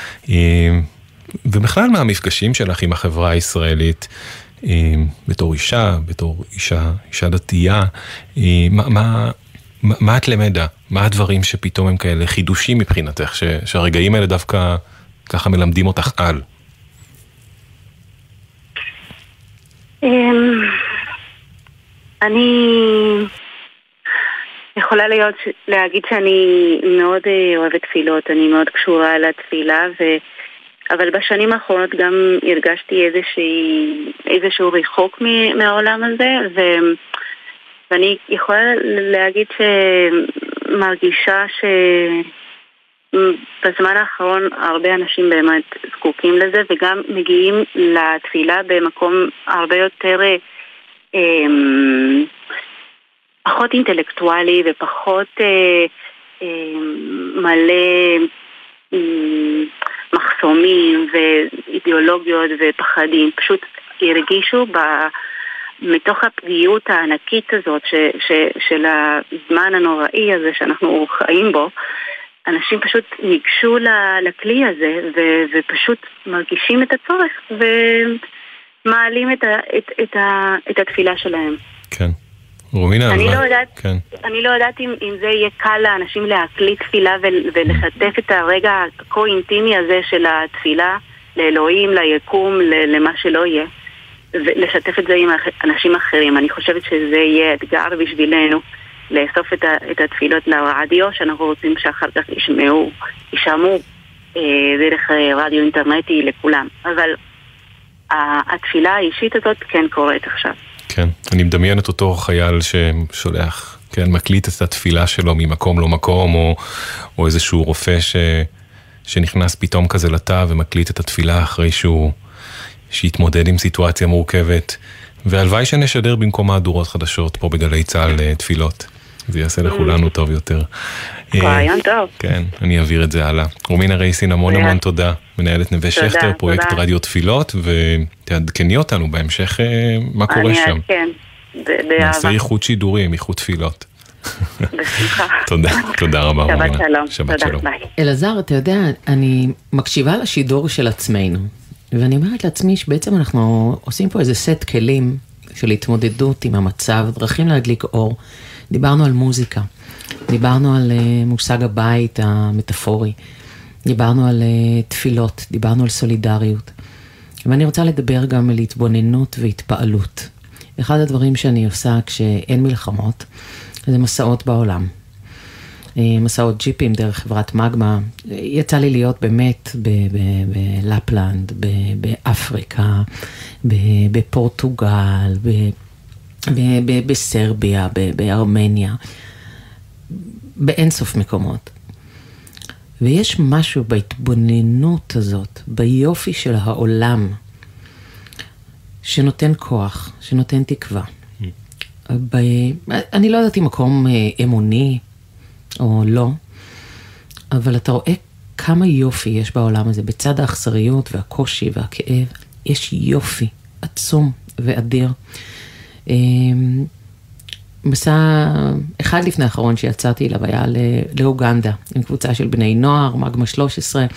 ובכלל מהמפגשים שלך עם החברה הישראלית, בתור אישה דתייה, מה את למדה? מה הדברים שפתאום הם כאלה חידושים מבחינתך, שהרגעים האלה דווקא ככה מלמדים אותך על? אני יכולה להגיד שאני מאוד אוהבת תפילות, אני מאוד קשורה לתפילה, אבל בשנים האחרונות גם הרגשתי איזשהו ריחוק מהעולם הזה, ואני יכולה להגיד שמרגישה שבזמן האחרון הרבה אנשים באמת זקוקים לזה, וגם מגיעים לתפילה במקום הרבה יותר פחות אינטלקטואלי ופחות מלא מחסומים ואידיאולוגיות ופחדים. פשוט הרגישו מתוך הפגיעות הענקית הזאת של הזמן הנוראי הזה שאנחנו חיים בו, אנשים פשוט ניגשו לכלי הזה ופשוט מרגישים את הצורך ומעלים את התפילה שלהם. כן. רומינה, אני לא יודעת אם זה יהיה קל לאנשים להקליט תפילה ולשתף את הרגע הכה-אינטימי הזה של התפילה לאלוהים, ליקום, למה שלא יהיה, ולשתף את זה עם אנשים אחרים. אני חושבת שזה יהיה אתגר בשבילנו לאסוף את התפילות לרדיו, שאנחנו רוצים שאחר כך ישמעו דרך רדיו אינטרנטי לכולם. אבל התפילה האישית הזאת כן קורית עכשיו. כן, אני מדמיין את אותו חייל ששולח, כן, מקליט את התפילה שלו ממקום לא מקום, או איזשהו רופא שנכנס פתאום כזה לתא ומקליט את התפילה אחרי שהתמודד עם סיטואציה מורכבת, והלוואי שנשדר במקום מהדורות חדשות פה בגלי צהל תפילות. זה יעשה לכולנו טוב יותר. רעיון טוב. כן, אני אעביר את זה הלאה. רומינה רייסין, המון תודה. מנהלת נווה שכטר, פרויקט רדיו תפילות, ותעדכני אותנו בהמשך מה קורה שם. כן, באהבה. נעשה איחוד שידורים, איחוד תפילות. בשמחה. תודה רבה, רומינה. שבת שלום. שבת שלום. אלעזר, אתה יודע, אני מקשיבה לשידור של עצמנו, ואני אומרת לעצמי שבעצם אנחנו עושים פה איזה סט כלים של התמודדות עם המצב, דרכים להדליק אור. דיברנו על מוזיקה, דיברנו על מושג הבית המטאפורי, דיברנו על תפילות, דיברנו על סולידריות. ואני רוצה לדבר גם על התבוננות והתפעלות. אחד הדברים שאני עושה כשאין מלחמות, זה מסעות בעולם. מסעות ג'יפים דרך חברת מגמה. יצא לי להיות באמת בלפלנד, באפריקה, בפורטוגל, בסרביה, בארמניה, באינסוף מקומות. ויש משהו בהתבוננות הזאת, ביופי של העולם, שנותן כוח, שנותן תקווה. אני לא יודעת אם מקום אמוני או לא, אבל אתה רואה כמה יופי יש בעולם הזה, בצד האכזריות והקושי והכאב, יש יופי עצום ואדיר. מסע אחד לפני האחרון שיצאתי אליו היה לאוגנדה, עם קבוצה של בני נוער, מגמה 13.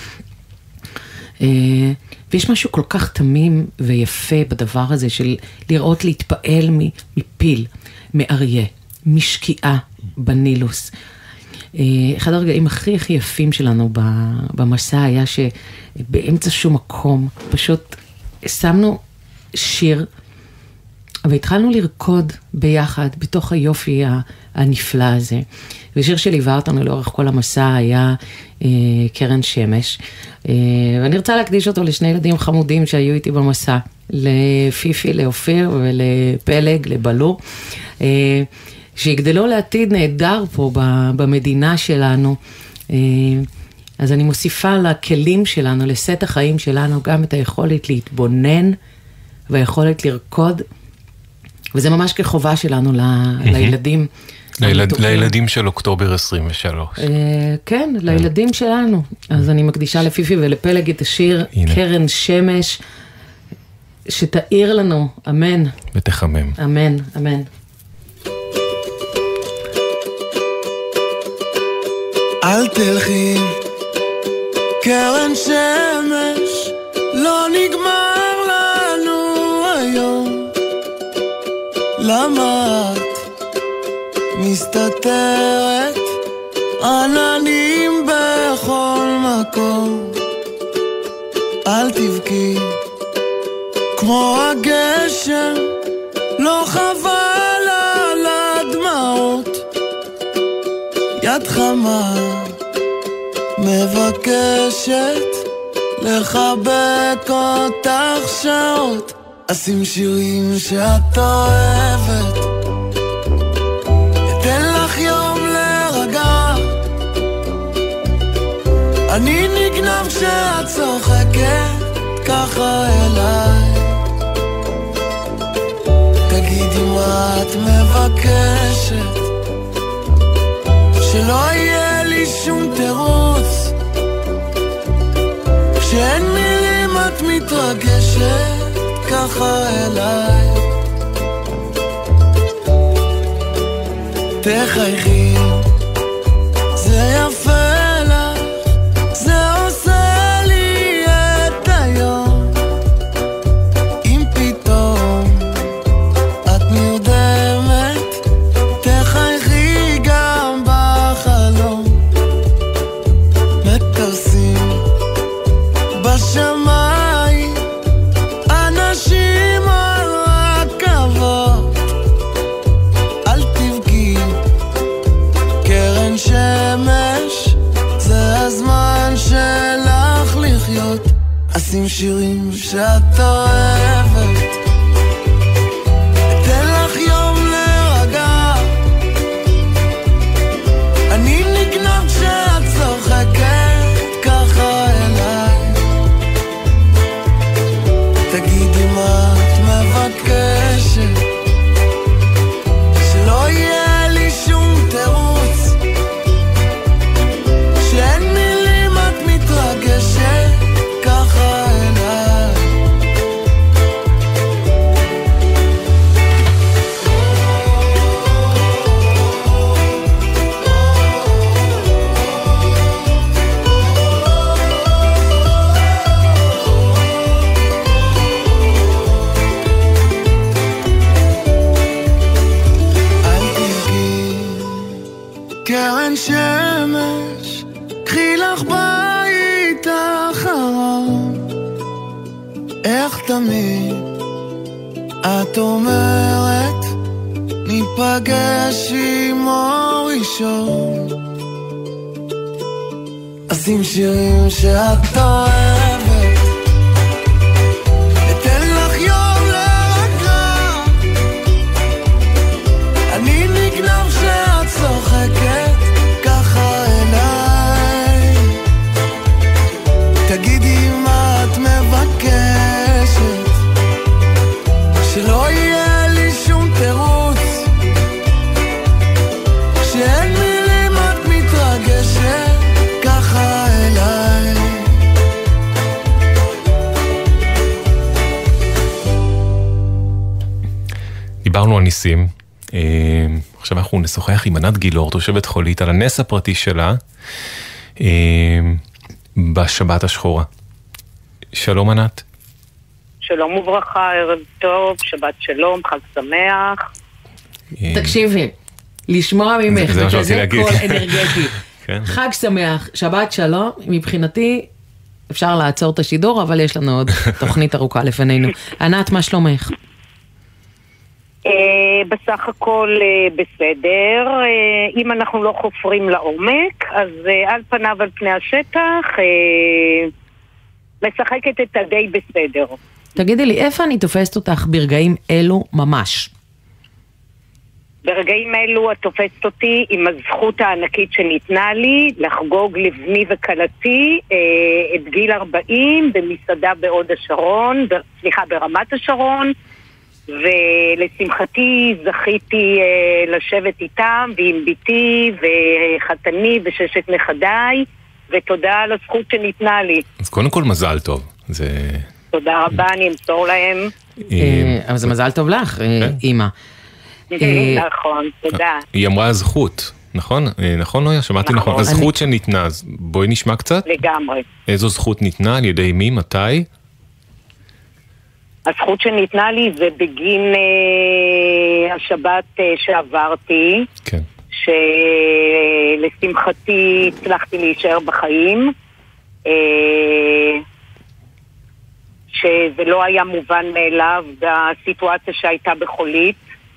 ויש משהו כל כך תמים ויפה בדבר הזה של לראות להתפעל מפיל, מאריה, משקיעה בנילוס. אחד הרגעים הכי יפים שלנו במסע היה שבאמצע שום מקום פשוט שמנו שיר והתחלנו לרקוד ביחד בתוך היופי הנפלא הזה. ושיר שליווה אותנו לאורך כל המסע היה קרן שמש. ואני רוצה להקדיש אותו לשני ילדים חמודים שהיו איתי במסע, לפיפי, לאופיר ולפלג, לבלור, שיגדלו לעתיד נהדר פה במדינה שלנו. אז אני מוסיפה לכלים שלנו, לסט החיים שלנו, גם את היכולת להתבונן והיכולת לרקוד, וזה ממש כחובה שלנו לילדים. לילדים של אוקטובר 23. כן, לילדים שלנו. אז אני מקדישה לפיפי ולפלג את השיר קרן שמש, שתאיר לנו, אמן. ותחמם. אמן, אמן. אל תלכי, קרן שמש, לא נגמר לנו היום. למה את מסתתרת, עננים בכל מקום? אל תבכי, כמו הגשם, לא חבל על הדמעות. יד חמה מבקשת לחבק אותך שעות. אשים שירים שאת אוהבת, אתן לך יום להירגע. אני נגנב כשאת צוחקת ככה אליי. תגידי מה את מבקשת, שלא יהיה לי שום תירוץ. כשאין מילים את מתרגשת ככה אליי. תחייכי, זה יפה לך, זה עושה לי את היום. אם פתאום את נרדמת, תחייכי גם בחלום. מטוסים בשמיים, אנשים על רכבות. אל תבכי, קרן שמש, זה הזמן שלך לחיות. אשים שירים שאת אוהבת, אתן לך יום להירגע. אני נגנב כשאת צוחקת ככה אליי. תגידי מה את מבקשת, שלא יהיה לי שום תירוץ. כשאין מילים את מתרגשת ככה אליי. קרן שמש, קחי לך בית אחרון. איך תמיד את אומרת, ניפגש עם אור ראשון. אשים שירים שאת אוהבת, אתן לך יום להירגע. אני נגנב שאת צוחקת ככה אליי. תגידי מה את מבקשת, שלא יהיה לי שום תירוץ. כשאין מילים את מתרגשת ככה אליי. דיברנו על ניסים, עכשיו אנחנו נשוחח עם ענת גילאור, תושבת חולית, על הנס הפרטי שלה בשבת השחורה. שלום ענת. שלום וברכה, ערב טוב, שבת שלום, חג שמח. תקשיבי, לשמוע ממך, זה מה שרציתי להגיד. קול אנרגטי. חג שמח, שבת שלום, מבחינתי אפשר לעצור את השידור, אבל יש לנו עוד תוכנית ארוכה לפנינו. ענת, מה שלומך? בסך הכל בסדר. אם אנחנו לא חופרים לעומק, אז על פניו, על פני השטח, משחקת את הדי בסדר. תגידי לי, איפה אני תופסת אותך ברגעים אלו ממש? ברגעים אלו את תופסת אותי עם הזכות הענקית שניתנה לי לחגוג לבני וקלתי את גיל 40 במסעדה בהוד השרון, ברמת השרון, ולשמחתי זכיתי לשבת איתם ועם ביתי וחתני וששת נכדיי, ותודה על הזכות שניתנה לי. אז קודם כל מזל טוב. תודה רבה, אני אמסור להם. אבל זה מזל טוב לך, אמא. נכון, תודה. היא אמרה זכות, נכון? נכון נויה? שמעתי נכון. הזכות שניתנה, אז בואי נשמע קצת. לגמרי. איזו זכות ניתנה? על ידי מי? מתי? הזכות שניתנה לי זה בגין השבת שעברתי. כן. שלשמחתי הצלחתי להישאר בחיים. שזה לא היה מובן מאליו בסיטואציה שהייתה בחולית.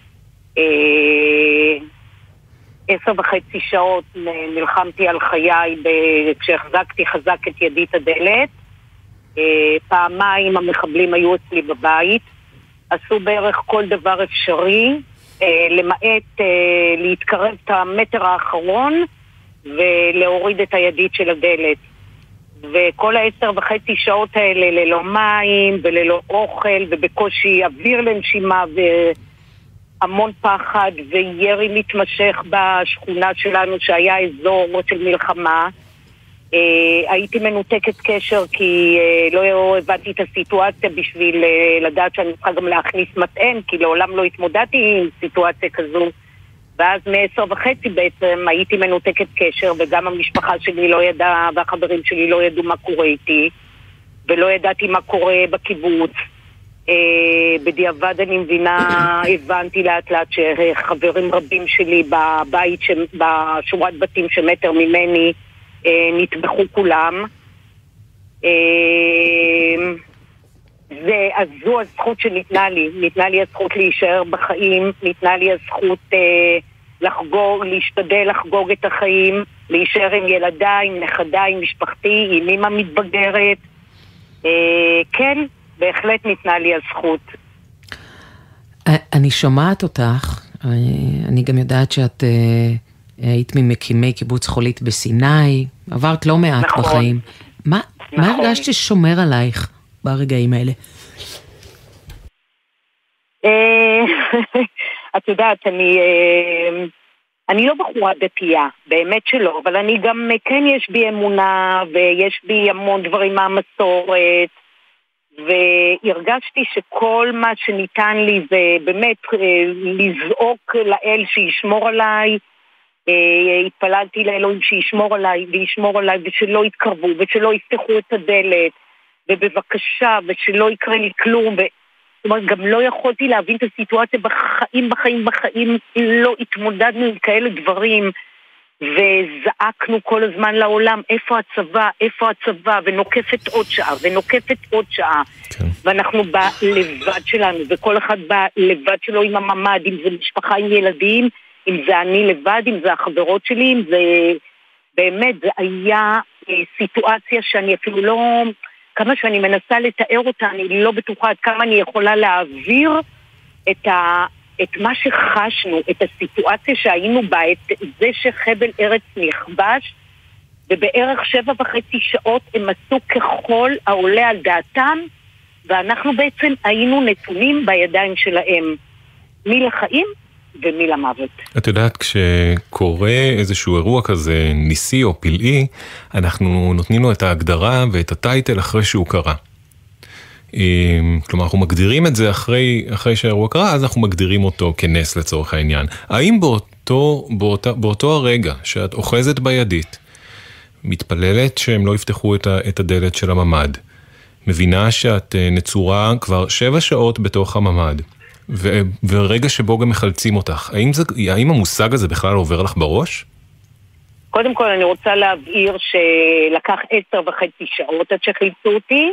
10.5 שעות נלחמתי על חיי כשהחזקתי חזק את ידית הדלת. פעמיים המחבלים היו אצלי בבית, עשו בערך כל דבר אפשרי, למעט להתקרב את המטר האחרון ולהוריד את הידית של הדלת. וכל 10.5 שעות האלה ללא מים וללא אוכל ובקושי אוויר לנשימה והמון פחד וירי מתמשך בשכונה שלנו שהיה אזור של מלחמה. הייתי מנותקת קשר כי לא הבנתי את הסיטואציה בשביל לדעת שאני צריכה גם להכניס מטען, כי לעולם לא התמודדתי עם סיטואציה כזו. ואז מ10:30 בעצם הייתי מנותקת קשר, וגם המשפחה שלי לא ידעה והחברים שלי לא ידעו מה קורה איתי, ולא ידעתי מה קורה בקיבוץ. בדיעבד אני מבינה, הבנתי לאט לאט שחברים רבים שלי בבית, בשורת בתים שמטר ממני, נטבחו כולם. אז זו הזכות שניתנה לי. ניתנה לי הזכות להישאר בחיים, ניתנה לי הזכות לחגוג, להשתדל לחגוג את החיים, להישאר עם ילדיי, עם נכדיי, עם משפחתי, עם אמא מתבגרת. כן, בהחלט ניתנה לי הזכות. אני שומעת אותך, אני גם יודעת שאת היית ממקימי קיבוץ חולית בסיני, עברת לא מעט נכון. בחיים. מה הרגשת ששומר עלייך ברגעים האלה? את יודעת, אני לא בחורה דתייה, באמת שלא, אבל אני גם, כן יש בי אמונה, ויש בי המון דברים מהמסורת, והרגשתי שכל מה שניתן לי זה באמת לזעוק לאל שישמור עליי, התפללתי לאלוהים שישמור עליי וישמור עליי ושלא יתקרבו ושלא יפתחו את הדלת ובבקשה ושלא יקרה לי כלום. זאת אומרת, גם לא יכולתי להבין את הסיטואציה בחיים לא התמודדנו עם כאלה דברים וזעקנו כל הזמן לעולם איפה הצבא ונוקפת עוד שעה כן. ואנחנו בלבד שלנו וכל אחד בלבד שלו עם הממד, אם זה משפחה עם ילדים, אם זה אני לבד, אם זה החברות שלי, אם זה באמת, זה היה סיטואציה שאני אפילו לא, כמה שאני מנסה לתאר אותה, אני לא בטוחה עד כמה אני יכולה להעביר את מה שחשנו, את הסיטואציה שהיינו בה, את זה שחבל ארץ נכבש, ובערך 7.5 שעות הם עשו ככל העולה על דעתם, ואנחנו בעצם היינו נתונים בידיים שלהם, מי לחיים ומי למוות. את יודעת, כשקורה איזשהו אירוע כזה ניסי או פלאי, אנחנו נותנים לו את ההגדרה ואת הטייטל אחרי שהוא קרה. כלומר, אנחנו מגדירים את זה אחרי שהאירוע קרה, אז אנחנו מגדירים אותו כנס לצורך העניין. האם באותו הרגע שאת אוחזת בידית, מתפללת שהם לא יפתחו את הדלת של הממד, מבינה שאת נצורה כבר 7 שעות בתוך הממד, ורגע שבו גם מחלצים אותך, האם המושג הזה בכלל עובר לך בראש? קודם כל אני רוצה להבהיר שלקח 10.5 שעות עד שחילצו אותי,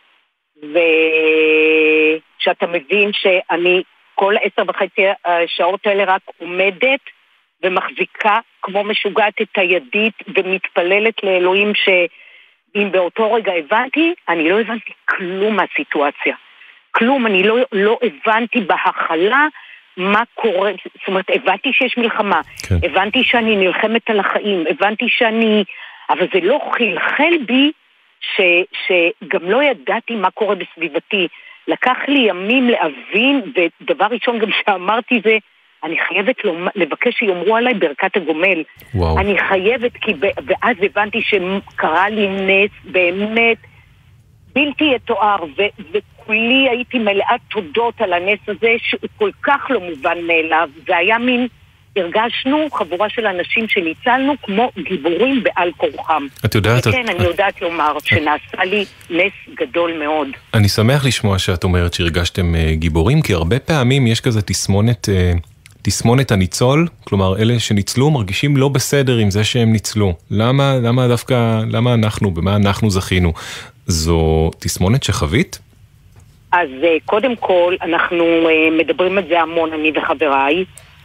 ושאתה מבין שאני כל 10.5 שעות האלה רק עומדת ומחזיקה כמו משוגעת את הידית ומתפללת לאלוהים שאם באותו רגע הבנתי, אני לא הבנתי כלום מהסיטואציה. כלום, אני לא הבנתי בהחלה מה קורה, זאת אומרת, הבנתי שיש מלחמה, כן. הבנתי שאני נלחמת על החיים, הבנתי אבל זה לא חלחל בי שגם לא ידעתי מה קורה בסביבתי. לקח לי ימים להבין, ודבר ראשון גם שאמרתי זה, אני חייבת לבקש שיאמרו עליי ברכת הגומל. וואו. אני חייבת, ואז הבנתי שקרה לי נס באמת בלתי יתואר, וכולי הייתי מלאת תודות על הנס הזה, שהוא כל כך לא מובן מאליו. זה היה הרגשנו חבורה של אנשים שניצלנו כמו גיבורים בעל כורחם. את יודעת... וכן, אני יודעת לומר שנעשה לי נס גדול מאוד. אני שמח לשמוע שאת אומרת שהרגשתם גיבורים, כי הרבה פעמים יש כזה תסמונת הניצול, כלומר אלה שניצלו מרגישים לא בסדר עם זה שהם ניצלו. למה אנחנו, במה אנחנו זכינו? זו תסמונת שחווית? אז קודם כל, אנחנו מדברים את זה המון, אני וחבריי.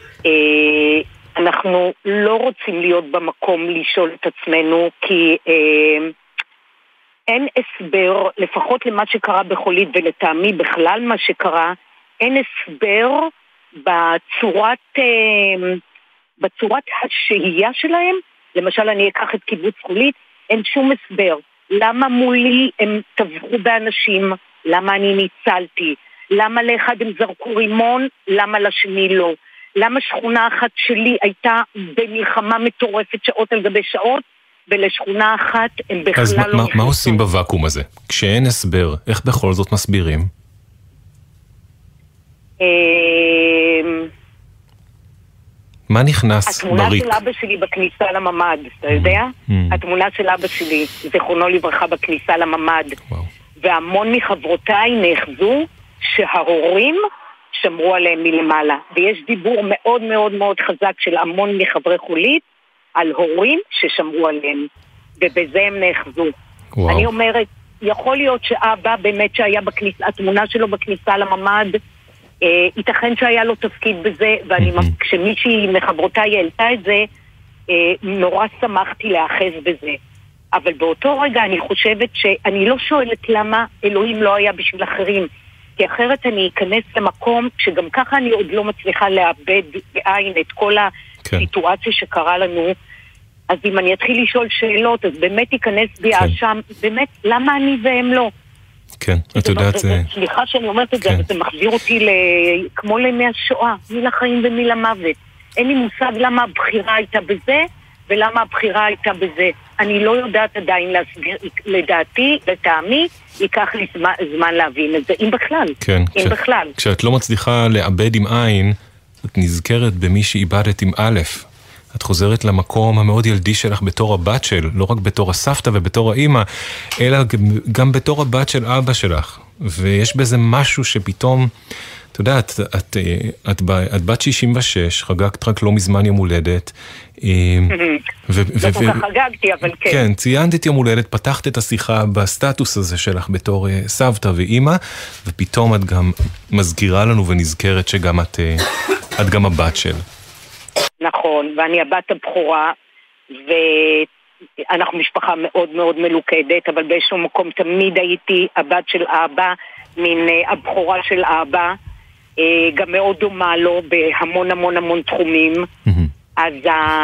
אנחנו לא רוצים להיות במקום לשאול את עצמנו, כי אין הסבר, לפחות למה שקרה בחולית ולטעמי בכלל מה שקרה, אין הסבר בצורת השהייה שלהם. למשל אני אקח את קיבוץ חולית, אין שום הסבר. למה מולי הם טבחו באנשים? למה אני ניצלתי? למה לאחד הם זרקו רימון? למה לשני לא? למה שכונה אחת שלי הייתה במלחמה מטורפת שעות על גבי שעות, ולשכונה אחת הם בכלל אז לא נכנסו? אז מה עושים בוואקום הזה? כשאין הסבר, איך בכל זאת מסבירים? מה נכנס בריק? התמונה של אבא שלי בכניסה לממד, אתה יודע? התמונה של אבא שלי, זיכרונו לברכה, בכניסה לממד. והמון מחברותיי נאחזו שההורים שמרו עליהם מלמעלה. ויש דיבור מאוד מאוד מאוד חזק של המון מחברי חולית על הורים ששמרו עליהם. ובזה הם נאחזו. אני אומרת, יכול להיות שאבא באמת שהיה בכניסה, התמונה שלו בכניסה לממד, ייתכן שהיה לו תפקיד בזה, כשמישהי מחברותיי העלתה את זה, נורא שמחתי להאחז בזה. אבל באותו רגע אני חושבת שאני לא שואלת למה אלוהים לא היה בשביל אחרים, כי אחרת אני אכנס למקום שגם ככה אני עוד לא מצליחה לאבד בעין את כל הסיטואציה שקרה לנו. אז אם אני אתחיל לשאול שאלות, אז באמת ייכנס בי האשם, באמת, למה אני והם לא? כן, את יודעת... סליחה שאני אומרת את זה, אבל זה מחזיר אותי כמו לימי השואה, מי לחיים ומי למוות. אין לי מושג למה הבחירה הייתה בזה, ולמה הבחירה הייתה בזה. אני לא יודעת עדיין להסביר, לדעתי, לטעמי, ייקח לי זמן להבין את זה, אם בכלל. כן, אם בכלל. כשאת לא מצליחה לאבד עם עין, את נזכרת במי שאיבדת עם א', את חוזרת למקום המאוד ילדי שלך בתור הבת של, לא רק בתור הסבתא ובתור האמא, אלא גם בתור הבת של אבא שלך. ויש בזה משהו שפתאום, את יודעת, את בת 66, חגגת רק לא מזמן יום הולדת. לא כל כך חגגתי, אבל כן. כן, ציינת את יום הולדת, פתחת את השיחה בסטטוס הזה שלך בתור סבתא ואמא, ופתאום את גם מזכירה לנו ונזכרת שגם את גם הבת של. נכון, ואני הבת הבכורה, ואנחנו משפחה מאוד מאוד מלוכדת, אבל באיזשהו מקום תמיד הייתי הבת של אבא, מן הבכורה של אבא, גם מאוד דומה לו בהמון המון המון תחומים. אז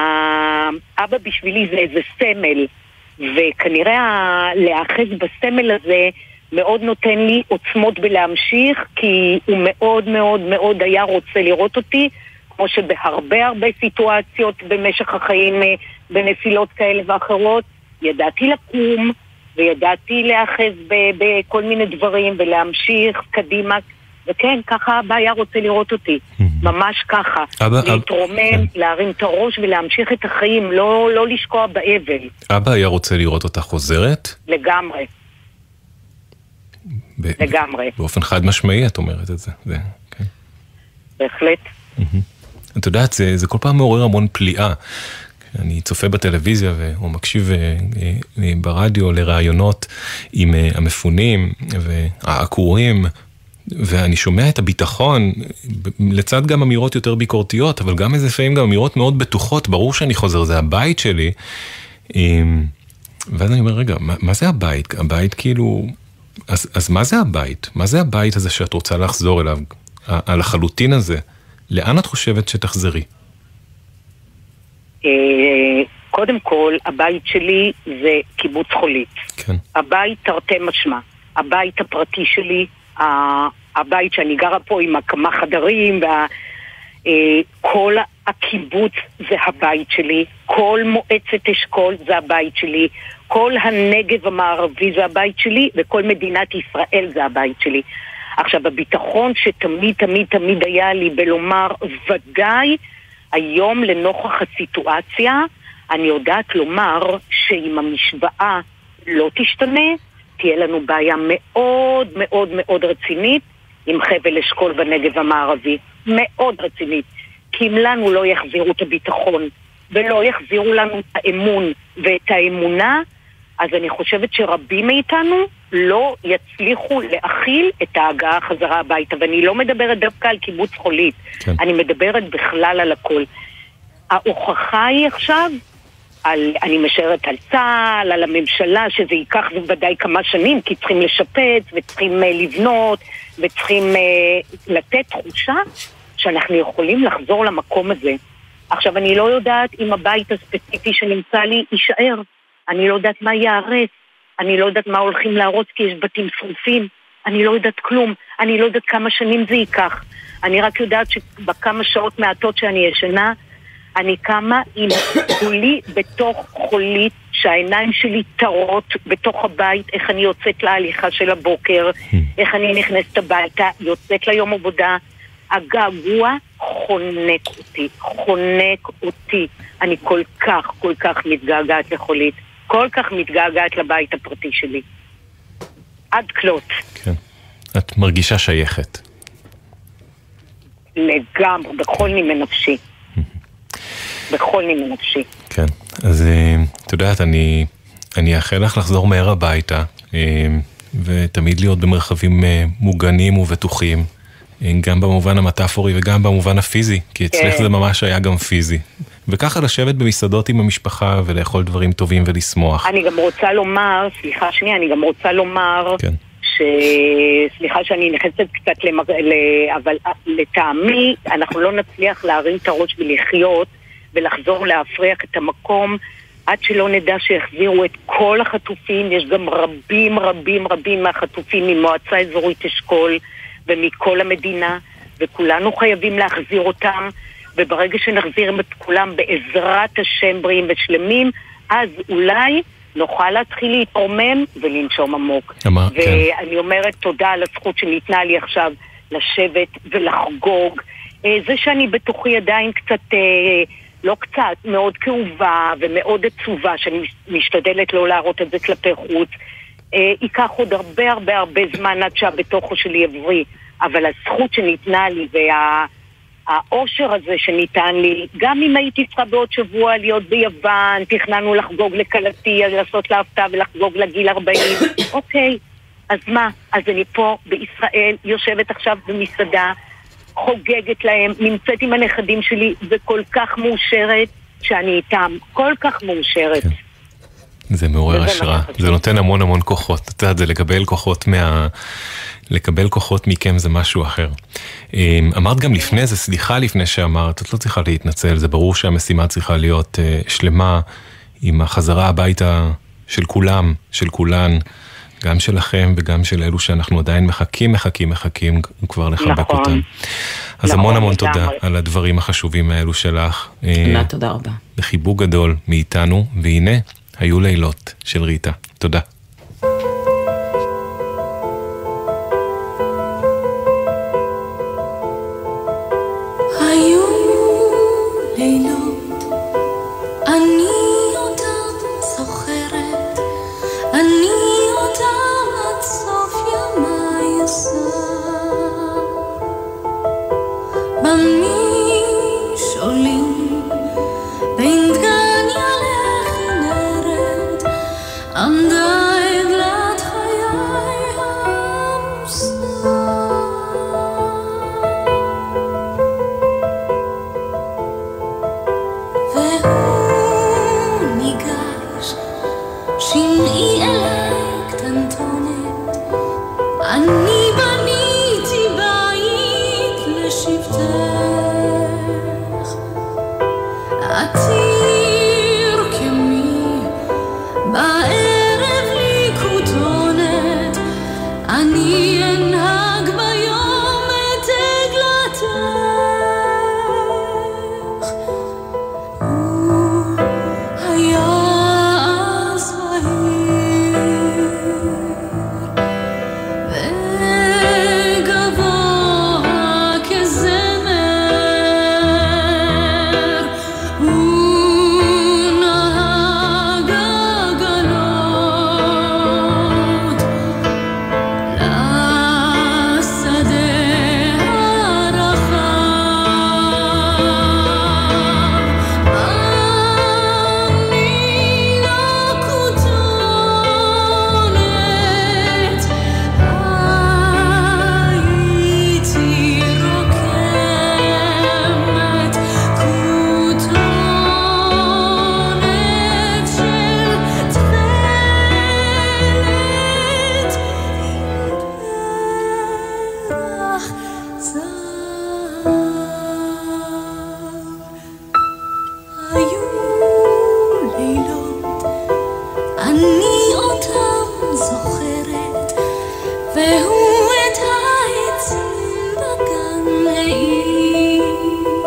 אבא בשבילי זה איזה סמל, וכנראה להאחז בסמל הזה מאוד נותן לי עוצמות בלהמשיך, כי הוא מאוד מאוד מאוד היה רוצה לראות אותי, כמו שבהרבה הרבה סיטואציות במשך החיים, בנפילות כאלה ואחרות, ידעתי לקום, וידעתי להאחז בכל מיני דברים ולהמשיך קדימה, וכן, ככה אבא היה רוצה לראות אותי, ממש ככה, להתרומם, להרים את הראש ולהמשיך את החיים, לא לשקוע באבל. אבא היה רוצה לראות אותה חוזרת? לגמרי. לגמרי. באופן חד משמעי את אומרת את זה. כן. בהחלט. את יודעת, זה כל פעם מעורר המון פליאה. אני צופה בטלוויזיה או מקשיב ברדיו לרעיונות עם המפונים והעקורים, ואני שומע את הביטחון, לצד גם אמירות יותר ביקורתיות, אבל גם איזה פעמים גם אמירות מאוד בטוחות, ברור שאני חוזר, זה הבית שלי. ואז אני אומר, רגע, מה זה הבית? הבית כאילו... אז מה זה הבית? מה זה הבית הזה שאת רוצה לחזור אליו? על החלוטין הזה, לאן את חושבת שתחזרי? קודם כל, הבית שלי זה קיבוץ חולית. כן. הבית תרתי משמע. הבית הפרטי שלי, הבית שאני גרה פה עם כמה חדרים, כל הקיבוץ זה הבית שלי, כל מועצת אשכול זה הבית שלי, כל הנגב המערבי זה הבית שלי, וכל מדינת ישראל זה הבית שלי. עכשיו, הביטחון שתמיד תמיד תמיד היה לי בלומר, ודאי היום לנוכח הסיטואציה, אני יודעת לומר שאם המשוואה לא תשתנה, תהיה לנו בעיה מאוד מאוד מאוד רצינית עם חבל אשכול בנגב המערבי. מאוד רצינית. כי אם לנו לא יחזירו את הביטחון ולא יחזירו לנו את האמון ואת האמונה, אז אני חושבת שרבים מאיתנו לא יצליחו להכיל את ההגעה חזרה הביתה. ואני לא מדברת דווקא על קיבוץ חולית. כן. אני מדברת בכלל על הכל. ההוכחה היא עכשיו, אני משערת על צה"ל, על הממשלה, שזה ייקח בוודאי כמה שנים, כי צריכים לשפץ וצריכים לבנות וצריכים לתת תחושה שאנחנו יכולים לחזור למקום הזה. עכשיו, אני לא יודעת אם הבית הספציפי שנמצא לי יישאר. אני לא יודעת מה יערס. אני לא יודעת מה הולכים להרוס כי יש בתים שרופים. אני לא יודעת כלום. אני לא יודעת כמה שנים זה ייקח. אני רק יודעת שבכמה שעות מעטות שאני ישנה, אני קמה עם גולי בתוך חולית, שהעיניים שלי תרות בתוך הבית, איך אני יוצאת להליכה של הבוקר, איך אני נכנסת הביתה, יוצאת ליום עבודה. הגעגוע חונק אותי. אני כל כך מתגעגעת לחולית, כל כך מתגעגעת לבית הפרטי שלי. עד כלות. כן. את מרגישה שייכת. לגמרי, בכל נימי נפשי. בכל נימי נפשי. כן, אז את יודעת, אני אאחל לך לחזור מהר הביתה, ותמיד להיות במרחבים מוגנים ובטוחים, גם במובן המטאפורי וגם במובן הפיזי, כי אצלך זה ממש היה גם פיזי. וככה לשבת במסעדות עם המשפחה ולאכול דברים טובים ולשמוח. אני גם רוצה לומר, סליחה כן. סליחה שאני נכנסת קצת אבל לטעמי אנחנו לא נצליח להרים את הראש ולחיות ולחזור להפריח את המקום עד שלא נדע שיחזירו את כל החטופים. יש גם רבים מהחטופים ממועצה אזורית אשכול ומכל המדינה, וכולנו חייבים להחזיר אותם, וברגע שנחזיר את כולם בעזרת השם בריאים ושלמים, אז אולי נוכל להתחיל להתרומם ולנשום עמוק. ואני אומרת תודה על הזכות שניתנה לי עכשיו לשבת ולחגוג. זה שאני בתוכי עדיין קצת, לא קצת, מאוד כאובה ומאוד עצובה, שאני משתדלת לא להראות את זה כלפי חוץ. ייקח עוד הרבה זמן עד שהבתוכו שלי יבריא, אבל הזכות שניתנה לי והאושר הזה שניתן לי, גם אם הייתי צריכה בעוד שבוע להיות ביוון, תכננו לחגוג לקלתי, לעשות להפתעה ולחגוג לגיל 40, אוקיי, אז מה? אז אני פה בישראל, יושבת עכשיו במסעדה, חוגגת להם, נמצאת עם הנכדים שלי, וכל כך מאושרת שאני איתם, כל כך מאושרת. כן. זה מעורר השראה, זה נותן המון כוחות, אתה יודע, זה לקבל כוחות מכם זה משהו אחר. אמרת גם לפני זה, סליחה לפני שאמרת, את לא צריכה להתנצל, זה ברור שהמשימה צריכה להיות שלמה עם החזרה הביתה של כולם, של כולן, גם שלכם וגם של אלו שאנחנו עדיין מחכים כבר לחבק אותם. אז המון תודה על הדברים החשובים האלו שלך. תודה רבה. בחיבוק גדול מאיתנו, והנה היו לילות של ריטה. תודה. עמדה עגלת חיי המוסר, והוא ניגש, שמעי אליי קטנטונת, אני בניתי בית לשבטך, עתיר כמי בערב לי כותונת, אני אנהג ביום את עגלתך. הוא היה אז בהיר וגבוה כזמר, הוא נהג עגלות לשדה הרחב. אני לא כותונת, הייתי רוקמת, כותונת של תכלת עם פרח זהב. היו לילות, אני אותם זוכרת, והוא את העצים בגן העיד,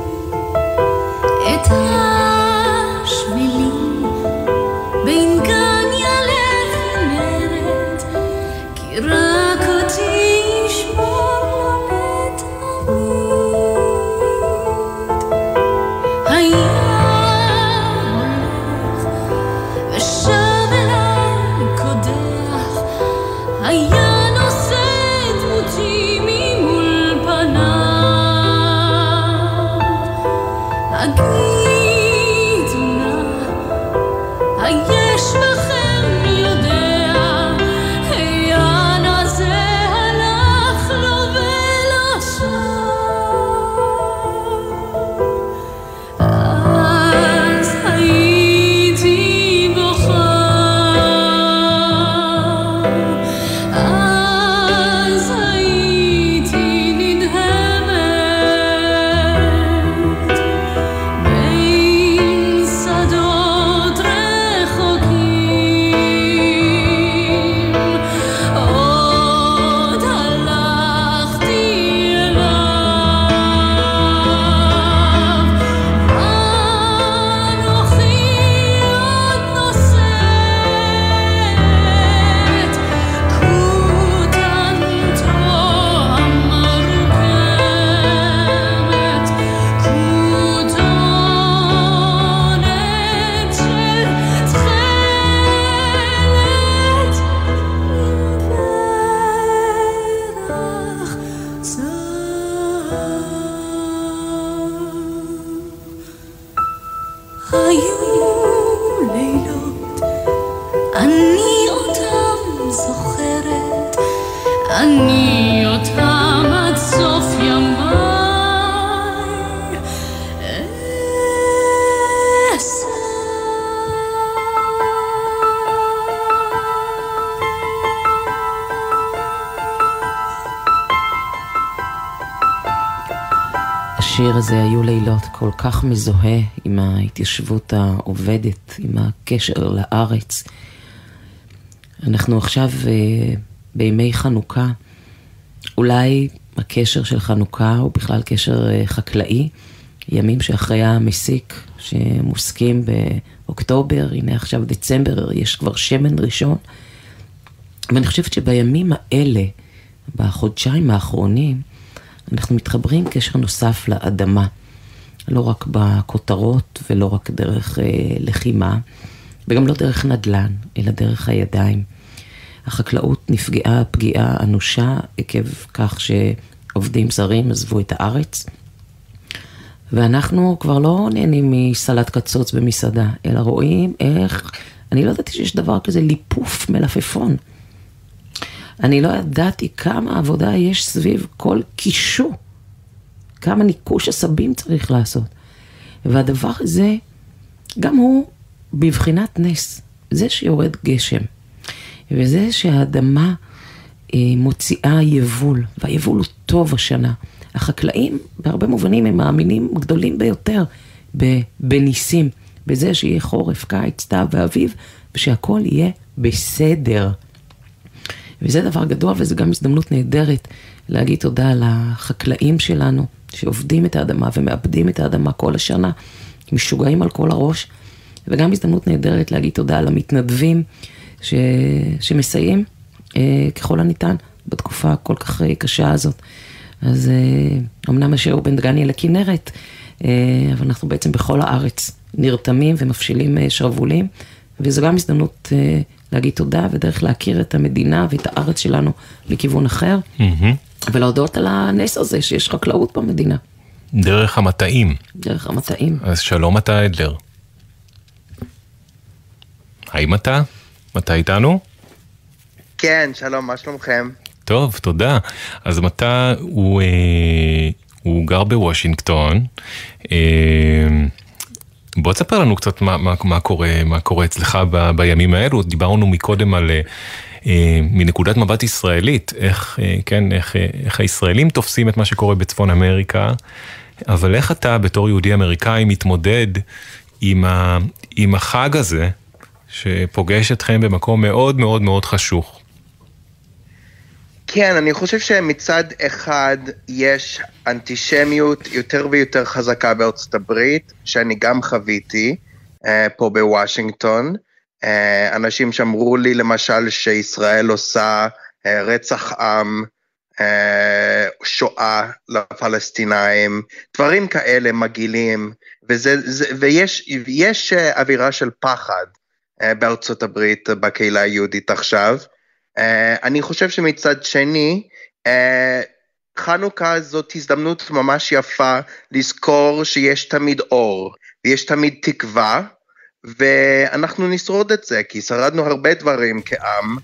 את השבילים בין גן ילך ומרד, כי רק אותי ישמור לו לתמיד. היה הולך ושב אליי קודח, היה נושא דמותי ממול פניו. הגידו נא, היש בכם יודע, העין הזה הלך לו ולא שב. אז הייתי בוכה, אז הייתי נדהמת, בין שדות רחוקים עוד הלכתי אליו, ואנוכי עוד נושאת כותנתו המרוקמת, כותונת של תכלת עם פרח זהב. היו לילות, אני אותם זוכרת, אני אותם עד סוף ימיי אשא. השיר הזה, היו לילות, כל כך מזוהה עם ההתיישבות העובדת, עם הקשר לארץ. אנחנו עכשיו בימי חנוכה, אולי הקשר של חנוכה הוא בכלל קשר חקלאי, ימים שאחרי המסיק שמוסקים באוקטובר, הנה עכשיו דצמבר, יש כבר שמן ראשון. ואני חושבת שבימים האלה, בחודשיים האחרונים, אנחנו מתחברים קשר נוסף לאדמה, לא רק בכותרות ולא רק דרך לחימה, וגם לא דרך נדל"ן, אלא דרך הידיים. החקלאות נפגעה פגיעה אנושה עקב כך שעובדים זרים עזבו את הארץ, ואנחנו כבר לא נהנים מסלט קצוץ במסעדה, אלא רואים איך אני לא ידעתי שיש דבר כזה ליפוף מלפפון. אני לא ידעתי כמה עבודה יש סביב כל קישו. כמה ניקוש עשבים צריך לעשות. והדבר הזה, גם הוא בבחינת נס. זה שיורד גשם. וזה שהאדמה מוציאה יבול. והיבול הוא טוב השנה. החקלאים, בהרבה מובנים, הם מאמינים גדולים ביותר בניסים. בזה שיהיה חורף, קיץ, סתיו ואביב, ושהכל יהיה בסדר. וזה דבר גדול, וזה גם הזדמנות נהדרת להגיד תודה לחקלאים שלנו, שעובדים את האדמה ומאבדים את האדמה כל השנה, משוגעים על כל הראש, וגם הזדמנות נהדרת להגיד תודה למתנדבים שמסייעים ככל הניתן בתקופה כל כך קשה הזאת. אז אמנם השאירו בין דגניה לכנרת, אבל אנחנו בעצם בכל הארץ נרתמים ומפשילים שרבולים, וזו גם הזדמנות להגיד תודה ודרך להכיר את המדינה ואת הארץ שלנו לכיוון אחר, ולהודות על הנס הזה שיש חקלאות במדינה. דרך המטעים. דרך המטעים. אז שלום אתה אדלר. היי מטע? מטע איתנו? כן, שלום, מה שלומכם? טוב, תודה. אז מטע הוא גר בוושינגטון. בוא תספר לנו קצת מה קורה אצלך בימים האלו. דיברנו מקודם על מנקודת מבט ישראלית, איך הישראלים תופסים את מה שקורה בצפון אמריקה, אבל איך אתה בתור יהודי אמריקאי מתמודד עם החג הזה שפוגש אתכם במקום מאוד מאוד מאוד חשוך? כן, אני חושב שמצד אחד יש אנטישמיות יותר ויותר חזקה בארצות הברית, שאני גם חוויתי פה בוושינגטון. אנשים שאמרו לי למשל שישראל עושה רצח עם, שואה לפלסטינאים, דברים כאלה מגעילים, ויש אווירה של פחד בארצות הברית בקהילה היהודית עכשיו. אני חושב שמצד שני, חנוכה זאת הזדמנות ממש יפה לזכור שיש תמיד אור, ויש תמיד תקווה, ואנחנו נשרוד את זה, כי שרדנו הרבה דברים כעם,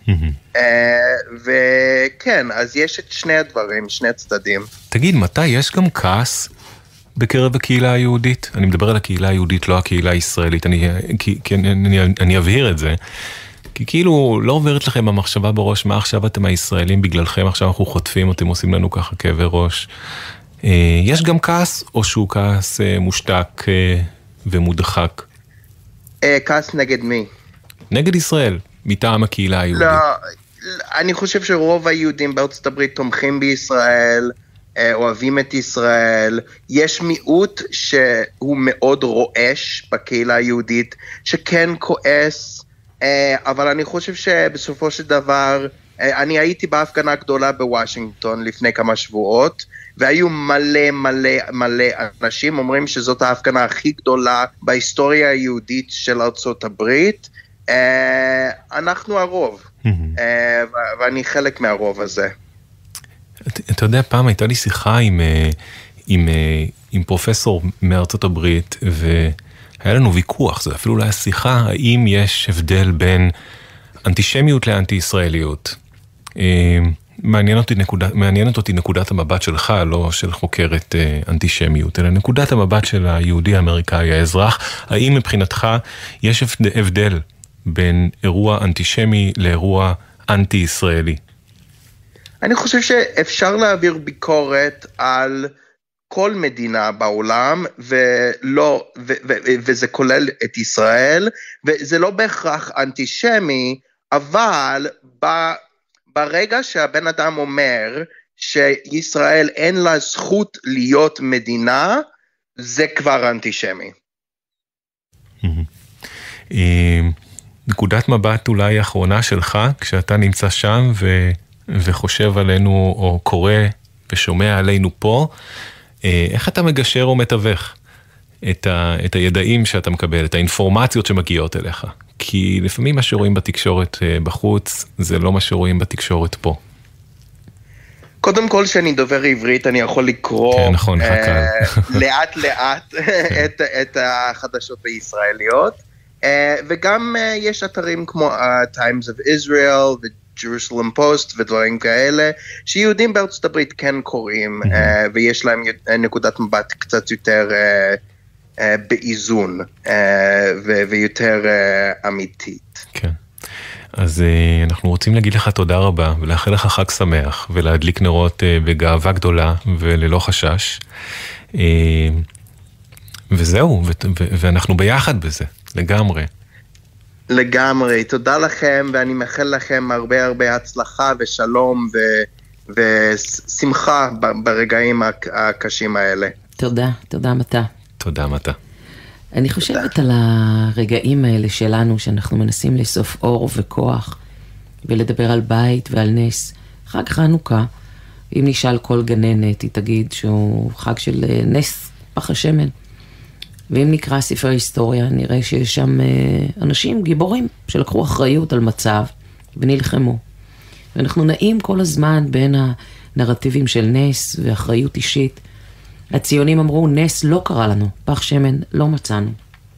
וכן, אז יש את שני הדברים, שני הצדדים. תגיד, מתי יש גם כעס בקרב הקהילה היהודית? אני מדבר על הקהילה היהודית, לא הקהילה הישראלית, אני אבהיר את זה. כי כאילו לא עוברת לכם המחשבה בראש, מה עכשיו אתם הישראלים בגללכם, עכשיו אנחנו חוטפים, אתם עושים לנו ככה כאבי ראש. יש גם כעס, או שהוא כעס מושתק ומודחק? כעס נגד מי? נגד ישראל, מטעם הקהילה היהודית. לא, אני חושב שרוב היהודים בארצות הברית תומכים בישראל, אוהבים את ישראל. יש מיעוט שהוא מאוד רועש בקהילה היהודית, שכן כועס, אבל אני חושב שבסופו של דבר, אני הייתי בהפגנה גדולה בוושינגטון לפני כמה שבועות, והיו מלא אנשים אומרים שזאת ההפגנה הכי גדולה בהיסטוריה היהודית של ארצות הברית. אנחנו הרוב, ואני חלק מהרוב הזה. אתה יודע, פעם הייתה לי שיחה עם פרופסור מארצות הברית, והיה לנו ויכוח, זה אפילו היה שיחה, האם יש הבדל בין אנטישמיות לאנטי-ישראליות. מעניינת אותי נקודת המבט שלך, לא של חוקרת אנטישמיות, אלא נקודת המבט של היהודי האמריקאי, האזרח. האם מבחינתך יש הבדל בין אירוע אנטישמי לאירוע אנטי-ישראלי? אני חושב שאפשר להעביר ביקורת על כל מדינה בעולם, וזה כולל את ישראל, וזה לא בהכרח אנטישמי, אבל ברגע שהבן אדם אומר שישראל אין לה זכות להיות מדינה, זה כבר אנטישמי. נקודת מבט אולי האחרונה שלך, כשאתה נמצא שם וחושב עלינו, או קורא ושומע עלינו פה, איך אתה מגשר או מתווך את הידעים שאתה מקבל, את האינפורמציות שמגיעות אליך? כי לפעמים מה שרואים בתקשורת בחוץ, זה לא מה שרואים בתקשורת פה. קודם כל שאני דובר עברית, אני יכול לקרוא כן, נכון, לאט לאט את החדשות הישראליות, וגם יש אתרים כמו Times of Israel ו-Jerusalem Post ודברים כאלה, שיהודים בארצות הברית כן קוראים, ויש להם נקודת מבט קצת יותר באיזון, ויותר אמיתית. כן. אז אנחנו רוצים להגיד לך תודה רבה, ולאחל לך חג שמח, ולהדליק נרות בגאווה גדולה, וללא חשש. וזהו, ואנחנו ביחד בזה, לגמרי. לגמרי, תודה לכם, ואני מאחל לכם הרבה הרבה הצלחה ושלום ושמחה ברגעים הקשים האלה. תודה, תודה מתה. תודה מתה. אני חושבת על הרגעים האלה שלנו, שאנחנו מנסים לאסוף אור וכוח, ולדבר על בית ועל נס. חג חנוכה, אם נשאל כל גננת, היא תגיד שהוא חג של נס פח השמן. ואם נקרא ספר היסטוריה, נראה שיש שם אנשים גיבורים שלקחו אחריות על מצב ונלחמו. ואנחנו נעים כל הזמן בין הנרטיבים של נס ואחריות אישית. הציונים אמרו, נס לא קרה לנו, פח שמן לא מצאנו.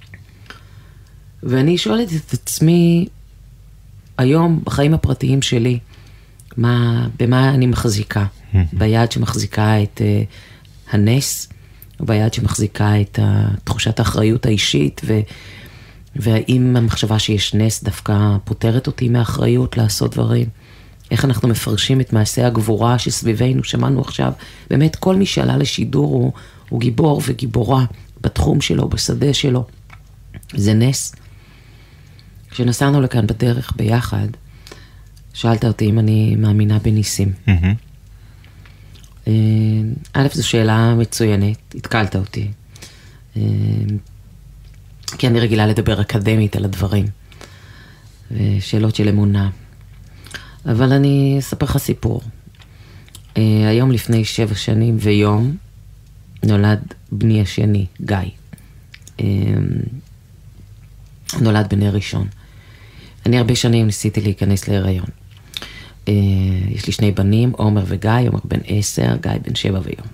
ואני שואלת את עצמי, היום בחיים הפרטיים שלי, במה אני מחזיקה? ביד שמחזיקה את הנס, או ביד שמחזיקה את תחושת האחריות האישית, והאם המחשבה שיש נס דווקא פותרת אותי מהאחריות לעשות דברים? איך אנחנו מפרשים את מעשה הגבורה שסביבנו, שמענו עכשיו, באמת כל מי שעלה לשידור הוא גיבור וגיבורה בתחום שלו, בשדה שלו. זה נס. כשנסענו לכאן בדרך ביחד, שאלת אותי אם אני מאמינה בניסים. א', זו שאלה מצוינת, התקלת אותי. כי אני רגילה לדבר אקדמית על הדברים. שאלות של אמונה. אבל אני אספר לך סיפור. היום לפני 7 שנים ויום, נולד בני השני, גיא. נולד בני ראשון. אני הרבה שנים ניסיתי להיכנס להיריון. יש לי 2 בנים, עומר וגיא, עומר בן 10, גיא בן 7 ויום.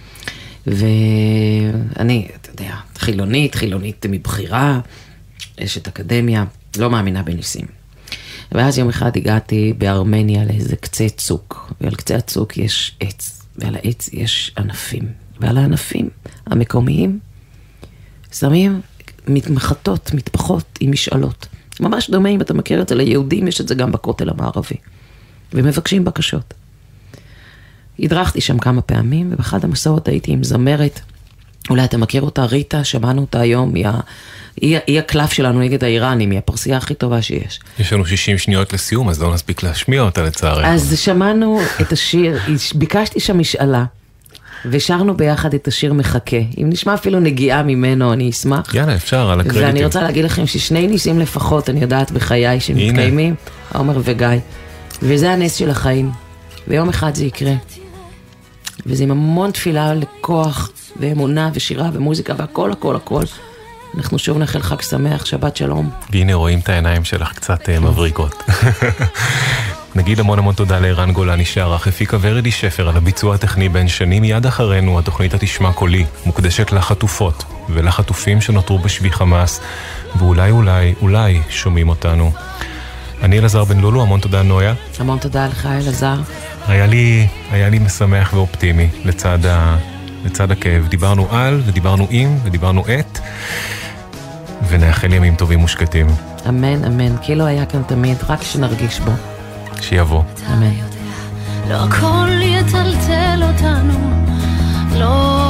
ואני, אתה יודע, חילונית מבחירה, אשת אקדמיה, לא מאמינה בניסים. ואז יום אחד הגעתי בארמניה לאיזה קצה צוק, ועל קצה הצוק יש עץ, ועל העץ יש ענפים, ועל הענפים המקומיים שמים מחטות, מטפחות עם משאלות. ממש דומה, אם אתה מכיר את זה ליהודים, יש את זה גם בכותל המערבי. ומבקשים בקשות. הדרכתי שם כמה פעמים, ובאחד המסעות הייתי עם זמרת, אולי אתה מכיר אותה, ריטה, שמענו אותה היום, היא הקלף שלנו נגד האיראנים, היא הפרסייה הכי טובה שיש. יש לנו 60 שניות לסיום, אז לא נספיק להשמיע אותה לצערי. אז שמענו את השיר, ביקשתי שם משאלה, ושרנו ביחד את השיר מחכה. אם נשמע אפילו נגיעה ממנו, אני אשמח. יאללה, אפשר, על הקרדיטים. ואני רוצה להגיד לכם ששני ניסים לפחות, אני יודעת בחיי שמתקיימים, עומר וגיא. וזה הנס של החיים. ויום אחד זה יקרה. וזה עם המון תפילה לכוח ואמונה ושירה ומוזיקה והכל, הכל, הכל. אנחנו שוב נאחל חג שמח, שבת שלום. והנה רואים את העיניים שלך קצת מבריקות. נגיד המון תודה לערן גולני שערך, הפיקה ורדי שפר על הביצוע הטכני בין שנים. מיד אחרינו התוכנית התשמע קולי, מוקדשת לחטופות ולחטופים שנותרו בשבי חמאס, ואולי שומעים אותנו. אני אלעזר בן לולו, המון תודה נויה. המון תודה לך אלעזר. היה לי משמח ואופטימי לצד הכאב. דיברנו על ודיברנו עם ודיברנו את, ונאחל ימים טובים ושקטים. אמן, אמן. כאילו היה כאן תמיד, רק שנרגיש בו. שיבוא. אמן. לא הכל יטלטל אותנו, לא